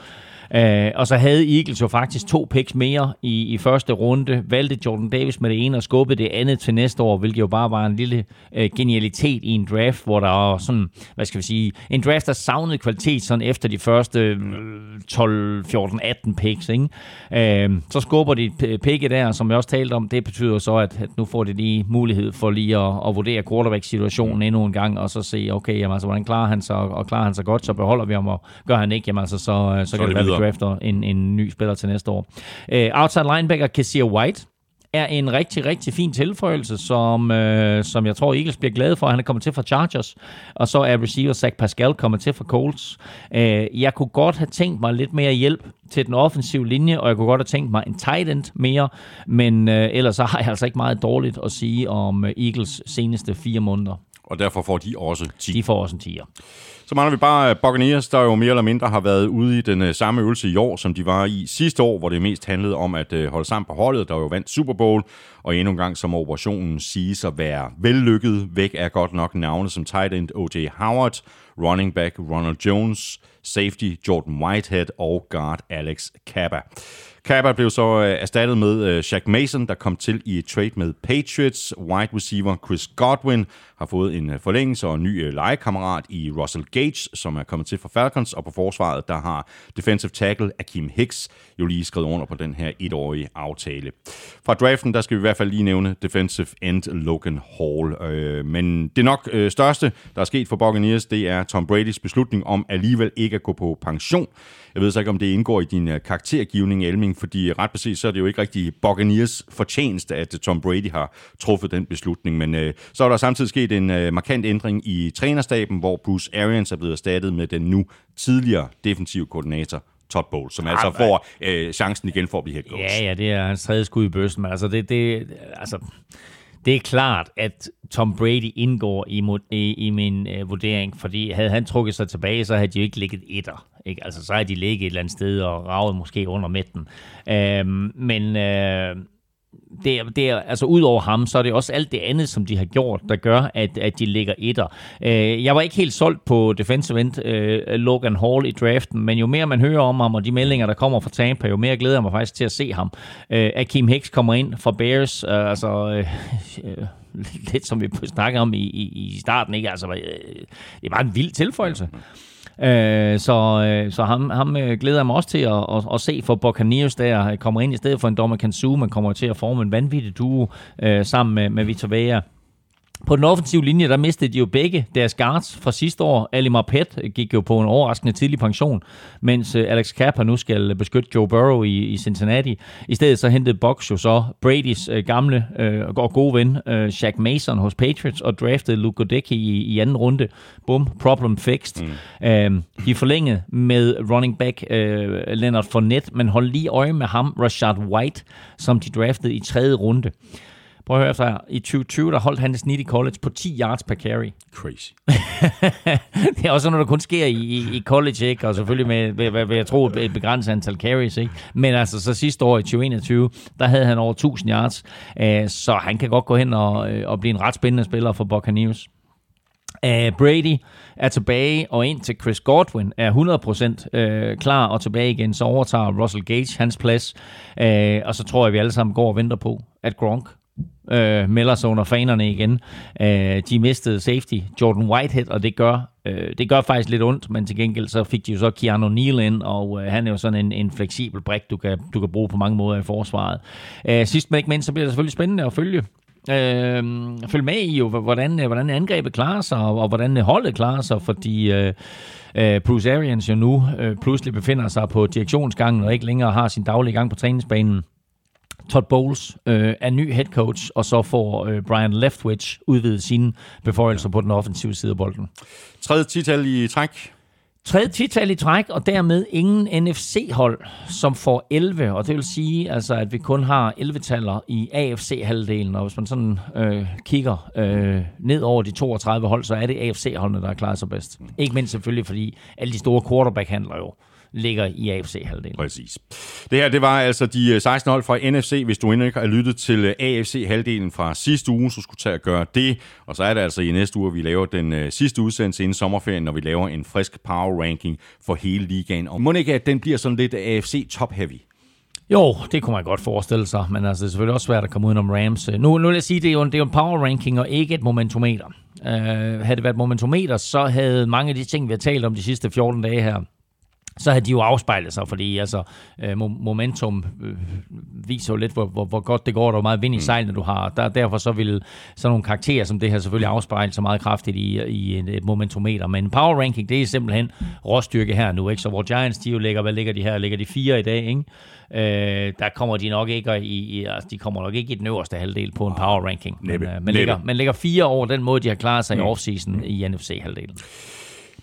Og så havde Eagles jo faktisk 2 picks mere i første runde. Valgte Jordan Davis med det ene og skubbede det andet til næste år, hvilket jo bare var en lille genialitet i en draft, hvor der var sådan, hvad skal vi sige, en draft, der savnede kvalitet sådan efter de første 12, 14, 18 picks, ikke? Så skubber de et pick der, som jeg også talte om. Det betyder så, at nu får de lige mulighed for lige at vurdere quarterback-situationen endnu en gang, og så se, okay, jamen, altså, hvordan klarer han sig, og klarer han sig godt, så beholder vi ham, og gør han ikke, jamen, altså, så kan det være, vi drafter en ny spiller til næste år. Outside linebacker Kessier White er en rigtig, rigtig fin tilføjelse, som jeg tror Eagles bliver glade for. Han er kommet til fra Chargers, og så er receiver Zach Pascal kommet til fra Colts. Jeg kunne godt have tænkt mig lidt mere hjælp til den offensive linje, og jeg kunne godt have tænkt mig en tight end mere, men ellers så har jeg altså ikke meget dårligt at sige om Eagles seneste 4 måneder. Og derfor får de også 10. De får også en 10'er. Så mangler vi bare Buccaneers, der jo mere eller mindre har været ude i den samme øvelse i år, som de var i sidste år, hvor det mest handlede om at holde sammen på holdet, der jo vandt Super Bowl. Og endnu en gang, som operationen siges at være vellykket. Væk er godt nok navne som tight end O.J. Howard, running back Ronald Jones, safety Jordan Whitehead og guard Alex Cappa. Cappa blev så erstattet med Shaq Mason, der kom til i et trade med Patriots. Wide receiver Chris Godwin har fået en forlængelse og en ny legekammerat i Russell Gage, som er kommet til fra Falcons. Og på forsvaret, der har defensive tackle Akeem Hicks jo lige skrevet under på den her etårige aftale. Fra draften, der skal vi i hvert fald lige nævne defensive end Logan Hall. Men det nok største, der er sket for Buccaneers, det er Tom Bradys beslutning om alligevel ikke at gå på pension. Jeg ved så ikke, om det indgår i din karaktergivning, Elming, fordi ret beset, så er det jo ikke rigtig Buccaneers fortjeneste, at Tom Brady har truffet den beslutning. Men så er der samtidig sket en markant ændring i trænerstaben, hvor Bruce Arians er blevet erstattet med den nu tidligere defensive koordinator, Todd Bowles, som altså får chancen igen for at blive head coach. Ja, det er hans tredje skud i bøssen, men altså det er klart, at Tom Brady indgår i min vurdering, fordi havde han trukket sig tilbage, så havde de jo ikke ligget etter. Ikke? Altså, så havde de ligget et eller andet sted og raget måske under midten. Men det er, altså ud over ham, så er det også alt det andet, som de har gjort, der gør, at de ligger etter. Jeg var ikke helt solgt på defensive end Logan Hall i draften, men jo mere man hører om ham, og de meldinger, der kommer fra Tampa, jo mere glæder jeg mig faktisk til at se ham. Akeem Hicks kommer ind fra Bears, lidt som vi snakkede om i starten, ikke? Altså, det er bare en vild tilføjelse. Så ham glæder jeg mig også til at se for Buccaneers, der kommer ind i stedet for en Ndamukong Suh. Man kommer til at forme en vanvittig duo sammen med Vita Vea. På den offensive linje, der mistede de jo begge deres guards fra sidste år. Ali Marpet gik jo på en overraskende tidlig pension, mens Alex Cappa nu skal beskytte Joe Burrow i Cincinnati. I stedet så hentede Bucs jo så Bradys gamle og gode ven, Shaq Mason hos Patriots, og draftede Luke Goedeke i anden runde. Bum, problem fixed. De forlængede med running back Leonard Fournette, men hold lige øje med ham, Rashad White, som de draftede i tredje runde. Prøv at høre sig. I 2020, der holdt han et snit i college på 10 yards per carry. Crazy. Det er også noget, der kun sker i college, ikke? Og selvfølgelig med jeg tror, et begrænset antal carries, ikke? Men altså, så sidste år i 2021, der havde han over 1000 yards. Så han kan godt gå hen og blive en ret spændende spiller for Buccaneers. Brady er tilbage, og indtil Chris Godwin er 100% klar og tilbage igen, så overtager Russell Gage hans plads. Og så tror jeg, vi alle sammen går og venter på, at Gronk melder sig under fanerne igen. De mistede safety Jordan Whitehead, og det gør faktisk lidt ondt, men til gengæld så fik de jo så Keanu Neal ind, og han er jo sådan en fleksibel brik, du kan bruge på mange måder i forsvaret. Sidst men ikke mindst, så bliver det selvfølgelig spændende at følge med i, jo, hvordan angrebet klarer sig, og hvordan holdet klarer sig, fordi Bruce Arians jo nu pludselig befinder sig på direktionsgangen, og ikke længere har sin daglige gang på træningsbanen. Todd Bowles er ny head coach, og så får Brian Leftwich udvidet sine beføjelser på den offensive side af bolden. Tredje tital i træk. Tredje tital i træk, og dermed ingen NFC-hold, som får 11. Og det vil sige, altså, at vi kun har 11-taller i AFC-halvdelen. Og hvis man sådan kigger ned over de 32 hold, så er det AFC-holdene, der er klaret sig bedst. Ikke mindst selvfølgelig, fordi alle de store quarterback-handler jo ligger i AFC-halvdelen. Præcis. Det her, det var altså de 16 hold fra NFC. Hvis du endnu ikke har lyttet til AFC-halvdelen fra sidste uge, så skulle du tage at gøre det. Og så er det altså i næste uge, vi laver den sidste udsendelse inden sommerferien, når vi laver en frisk power ranking for hele ligaen. Og må ikke, at den bliver sådan lidt AFC top-heavy? Jo, det kunne man godt forestille sig, men altså, det er selvfølgelig også svært at komme udenom Rams. Nu vil jeg sige, det er jo en power ranking og ikke et momentometer. Havde det været et momentometer, så havde mange af de ting, vi har talt om de sidste 14 dage her, så havde de jo afspejlet sig, fordi altså, momentum viser jo lidt, hvor godt det går, og hvor meget vind i sejlene du har. Derfor så vil sådan nogle karakterer som det her selvfølgelig afspejle sig meget kraftigt i et momentometer. Men power ranking, det er simpelthen råstyrke her nu, ikke? Så hvor Giants, de jo ligger de her? Ligger de 4 i dag, ikke? Der kommer de nok ikke de kommer nok ikke i den øverste halvdel på en power ranking. Men ligger 4 over den måde, de har klaret sig i offseason i NFC-halvdelen.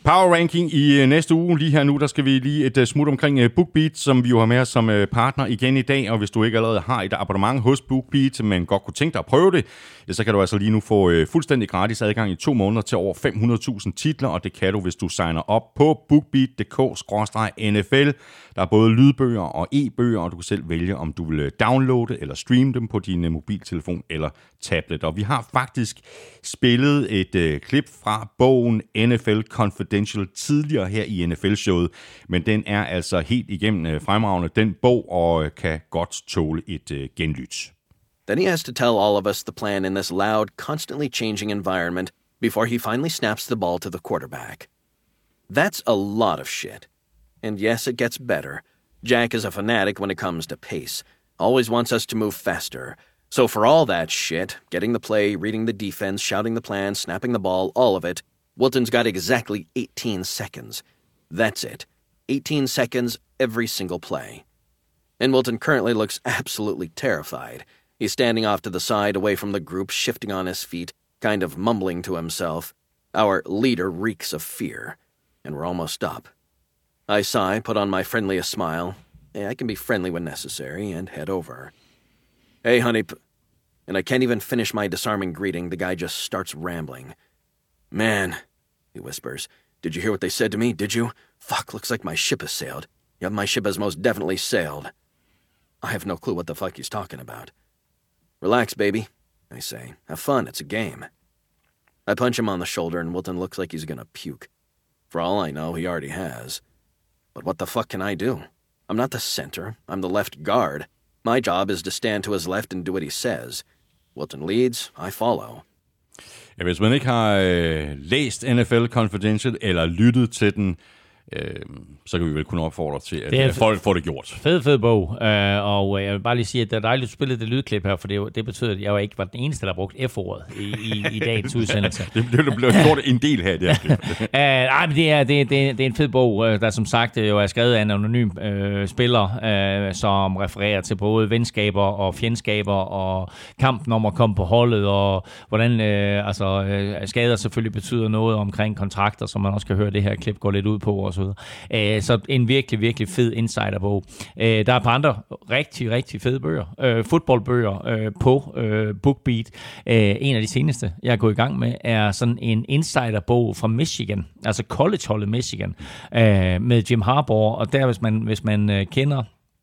Power Ranking i næste uge. Lige her nu, der skal vi lige et smut omkring BookBeat, som vi jo har med os som partner igen i dag. Og hvis du ikke allerede har et abonnement hos BookBeat, men godt kunne tænke dig at prøve det, så kan du altså lige nu få fuldstændig gratis adgang i 2 måneder til over 500.000 titler. Og det kan du, hvis du signer op på bookbeat.dk/NFL. Der er både lydbøger og e-bøger, og du kan selv vælge, om du vil downloade eller streame dem på din mobiltelefon eller tablet. Og vi har faktisk spillet et klip fra bogen NFL Confidential tidligere her i NFL-showet, men den er altså helt igennem fremragende, den bog, og kan godt tåle et genlyt. Then he has to tell all of us the plan in this loud, constantly changing environment before he finally snaps the ball to the quarterback. That's a lot of shit. And yes, it gets better. Jack is a fanatic when it comes to pace. Always wants us to move faster. So for all that shit, getting the play, reading the defense, shouting the plan, snapping the ball, all of it, Wilton's got exactly 18 seconds. That's it. 18 seconds every single play. And Wilton currently looks absolutely terrified. He's standing off to the side, away from the group, shifting on his feet, kind of mumbling to himself. Our leader reeks of fear, and we're almost up. I sigh, put on my friendliest smile. I can be friendly when necessary, and head over. Hey, honey, and I can't even finish my disarming greeting. The guy just starts rambling. Man, he whispers, did you hear what they said to me? Did you? Fuck, looks like my ship has sailed. Yeah, my ship has most definitely sailed. I have no clue what the fuck he's talking about. Relax, baby, I say. Have fun, it's a game. I punch him on the shoulder, and Wilton looks like he's gonna puke. For all I know, he already has. But what the fuck can I do? I'm not the center. I'm the left guard. My job is to stand to his left and do what he says. Wilton leads, I follow. Ja, hvis man ikke har læst NFL Confidential eller lyttet til den, så kan vi vel kunne opfordre til, at folk får det gjort. Fed bog. Og jeg vil bare lige sige, at det er dejligt, at du spillede det lydklip her, for det betyder, at jeg jo ikke var den eneste, der har brugt F-ordet i dagens udsendelse. Det blev gjort en del her i det her klip. Nej, men det er en fed bog, der som sagt jo er skrevet af en anonym spiller, som refererer til både venskaber og fjendskaber og kampen om at komme på holdet, og hvordan skader selvfølgelig betyder noget omkring kontrakter, som man også kan høre det her klip gå lidt ud på og så videre. Så en virkelig, virkelig fed insiderbog. Der er et par andre rigtig, rigtig fede bøger. Fodboldbøger på BookBeat. En af de seneste, jeg er gået i gang med, er sådan en insiderbog fra Michigan, altså collegeholdet Michigan, med Jim Harbaugh. Og der, hvis man kender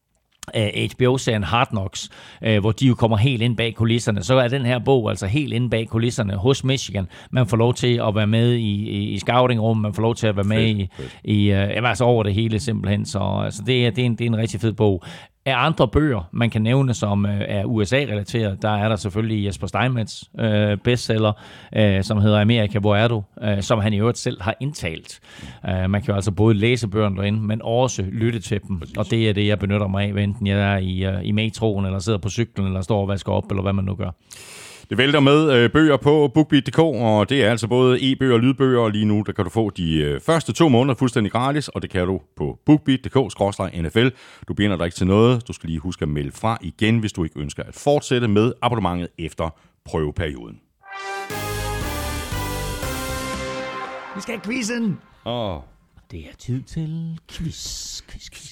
HBO-serien Hard Knocks, hvor de jo kommer helt ind bag kulisserne, så er den her bog altså helt ind bag kulisserne hos Michigan. Man får lov til at være med i scouting-rummet, man får lov til at være med altså over det hele simpelthen. Så det er en rigtig fed bog. Af andre bøger, man kan nævne, som er USA-relateret, der er der selvfølgelig Jesper Steinmetz bestseller, som hedder Amerika, hvor er du? Som han i øvrigt selv har indtalt. Man kan jo altså både læse bøgerne derinde, men også lytte til dem. Og det er det, jeg benytter mig af, enten jeg er i metroen, eller sidder på cyklen, eller står og vasker op, eller hvad man nu gør. Det vælter med bøger på BookBeat.dk, og det er altså både e-bøger og lydbøger, og lige nu der kan du få de første 2 måneder fuldstændig gratis, og det kan du på bookbeat.dk/NFL. Du binder dig ikke til noget. Du skal lige huske at melde fra igen, hvis du ikke ønsker at fortsætte med abonnementet efter prøveperioden. Vi skal have quizzen. Det er tid til quiz.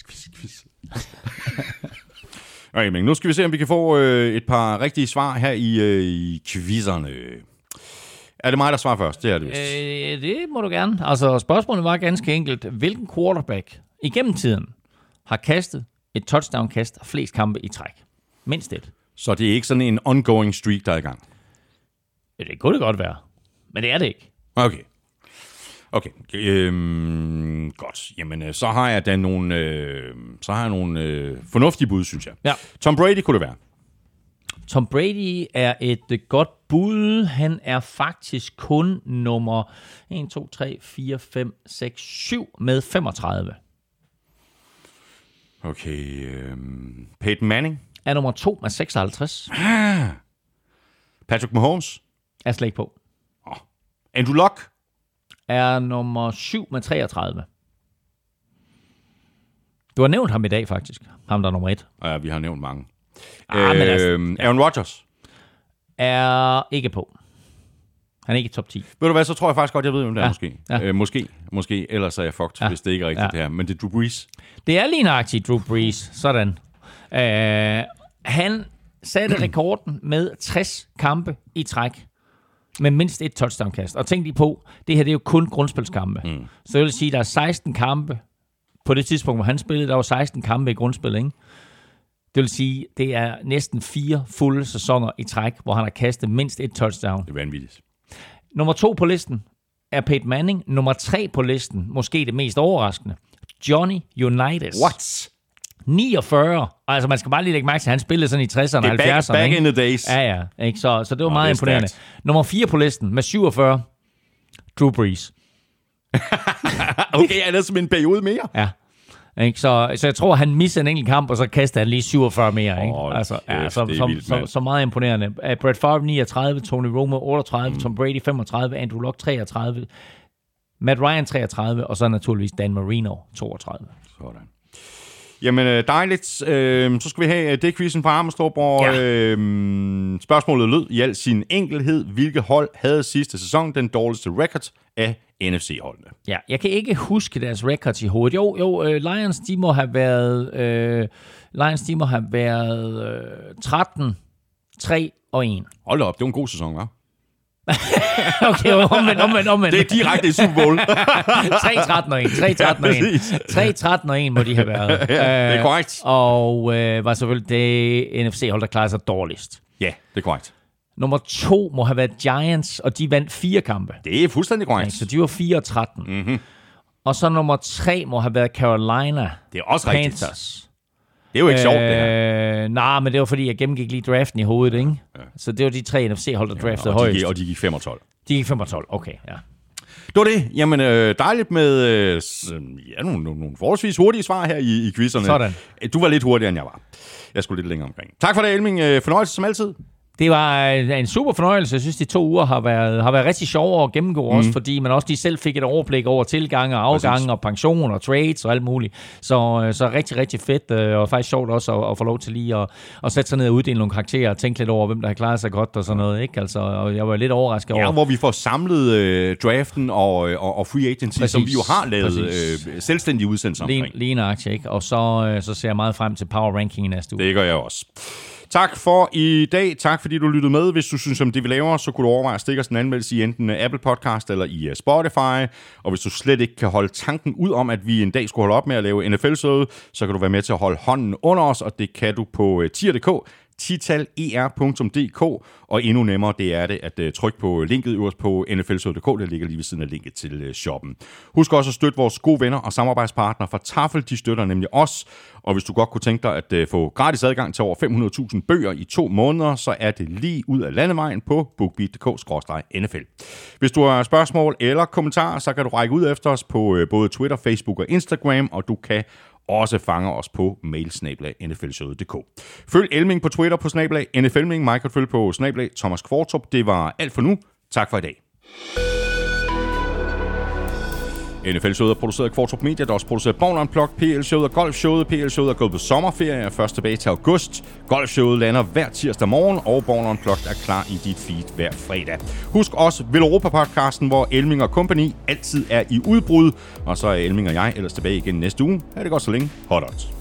Okay, men nu skal vi se, om vi kan få et par rigtige svar her i quizzerne. Er det mig, der svarer først? Det er det vist. Det må du gerne. Altså, spørgsmålet var ganske enkelt. Hvilken quarterback igennem tiden har kastet et touchdown-kast af flest kampe i træk? Mindst et. Så det er ikke sådan en ongoing streak, der er i gang? Ja, det kunne det godt være. Men det er det ikke. Okay. Godt. Jamen, så har jeg da nogle fornuftige bud, synes jeg. Ja. Tom Brady kunne det være. Tom Brady er et godt bud. Han er faktisk kun nummer 1, 2, 3, 4, 5, 6, 7 med 35. Okay. Peyton Manning? Er nummer 2 med 56. Patrick Mahomes? Er slet ikke på. Andrew Luck? Er nummer 7 med 33. Du har nævnt ham i dag, faktisk. Ham, der er nummer 1. Ja, vi har nævnt mange. Aaron Rodgers? Er ikke på. Han er ikke i top 10. Ved du hvad, så tror jeg faktisk godt, jeg ved, hvem det er måske. Ja. Måske, ellers er jeg fucked, hvis det ikke er rigtigt det her. Men det er Drew Brees. Det er lige nøjagtigt Drew Brees. Sådan. Han satte rekorden med 60 kampe i træk med mindst et touchdown-kast. Og tænk lige på, det her det er jo kun grundspilskampe. Så jeg vil sige, der er 16 kampe på det tidspunkt, hvor han spillede. Der var 16 kampe i grundspil, ikke? Det vil sige, det er næsten 4 fulde sæsoner i træk, hvor han har kastet mindst et touchdown. Det er vanvittigt. Nummer 2 på listen er Peyton Manning. Nummer 3 på listen, måske det mest overraskende, Johnny Unitas. What? 49. Altså, man skal bare lige lægge mærke til, at han spillede sådan i 60'erne og 70'erne. Back in the days. Ja. Ikke? Så det var meget imponerende. Stærkt. Nummer 4 på listen med 47, Drew Brees. Okay, han er som en periode mere. Ja. Ikke? Så jeg tror, han misser en enkelt kamp, og så kaster han lige 47 mere. Ikke? Så meget imponerende. Brett Favre 39, Tony Romo 38, Tom Brady 35, Andrew Luck 33, Matt Ryan 33, og så naturligvis Dan Marino 32. Sådan. Jamen, dejligt. Så skal vi have det quizzen fra Armstrong. Spørgsmålet lød i al sin enkelhed. Hvilke hold havde sidste sæson den dårligste record af NFC-holdene? Ja, jeg kan ikke huske deres records i hovedet. Jo, Lions, de må have været 13, 3 og 1. Hold op, det var en god sæson, hva'? Okay, omvendt. Det er direkte i Super Bowl. 3-13 og 1. 3-13 og 1 må de have været. Ja, det er korrekt. Og var selvfølgelig det NFC-hold, der klarede sig dårligst. Ja, det er korrekt. Nummer 2 må have været Giants, og de vandt 4 kampe. Det er fuldstændig korrekt. Ja, så de var 4-13. Mm-hmm. Og så nummer 3 må have været Carolina. Det er også Panthers. rigtigt. Det er jo ikke sjovt, det her. Nej, men det var fordi, jeg gennemgik lige draften i hovedet, ikke? Ja. Så det var de 3 NFC-hold, der draftede højst. Og de gik 5 og 12. De gik 5 og 12, okay, ja. Det var det. Jamen, dejligt med nogle forholdsvis hurtige svar her i quizzerne. Sådan. Du var lidt hurtigere, end jeg var. Jeg skulle lidt længere omkring. Tak for det, Elming. Fornøjelse som altid. Det var en super fornøjelse. Jeg synes, de 2 uger har været rigtig sjove at gennemgå også, fordi man også lige selv fik et overblik over tilgange og afgange og pension og trades og alt muligt. Så rigtig, rigtig fedt, og faktisk sjovt også at få lov til lige at sætte sig ned og uddele nogle karakterer og tænke lidt over, hvem der har klaret sig godt og sådan noget, ikke? Altså, og jeg var lidt overrasket over. Ja, hvor vi får samlet draften og free agency, som vi jo har lavet selvstændige udsendelser omkring. Lige en aktie, ikke? Og så ser jeg meget frem til power ranking i næste uge. Det gør jeg også. Tak for i dag. Tak fordi du lyttede med. Hvis du synes om det, vi laver, så kunne du overveje at stikke os en anmeldelse i enten Apple Podcast eller i Spotify. Og hvis du slet ikke kan holde tanken ud om, at vi en dag skulle holde op med at lave NFL-showet, så kan du være med til at holde hånden under os, og det kan du på tier.dk, tital.er.dk, og endnu nemmere det er det at trykke på linket øverst på nflshowet.dk, der ligger lige ved siden af linket til shoppen. Husk også at støtte vores gode venner og samarbejdspartnere fra Tafel, de støtter nemlig os, og hvis du godt kunne tænke dig at få gratis adgang til over 500.000 bøger i 2 måneder, så er det lige ud af landevejen på bookbeat.dk/nfl. Hvis du har spørgsmål eller kommentarer, så kan du række ud efter os på både Twitter, Facebook og Instagram, og du kan også fange os på mail@nflshowet.dk. Følg Elming på Twitter på @NFLming, mig kan følge på @Thomas Kvartrup. Det var alt for nu. Tak for i dag. NFL-showet er produceret af Kvartrup Media, der også produceret Born Unplugged, PL-showet og Golf-showet. PL-showet er gået på sommerferie og først tilbage til august. Golf-showet lander hver tirsdag morgen, og Born Unplugged er klar i dit feed hver fredag. Husk også Villeuropa-podcasten, hvor Elming og Company altid er i udbrud. Og så er Elming og jeg ellers tilbage igen næste uge. Ha' det godt så længe. Hot odds.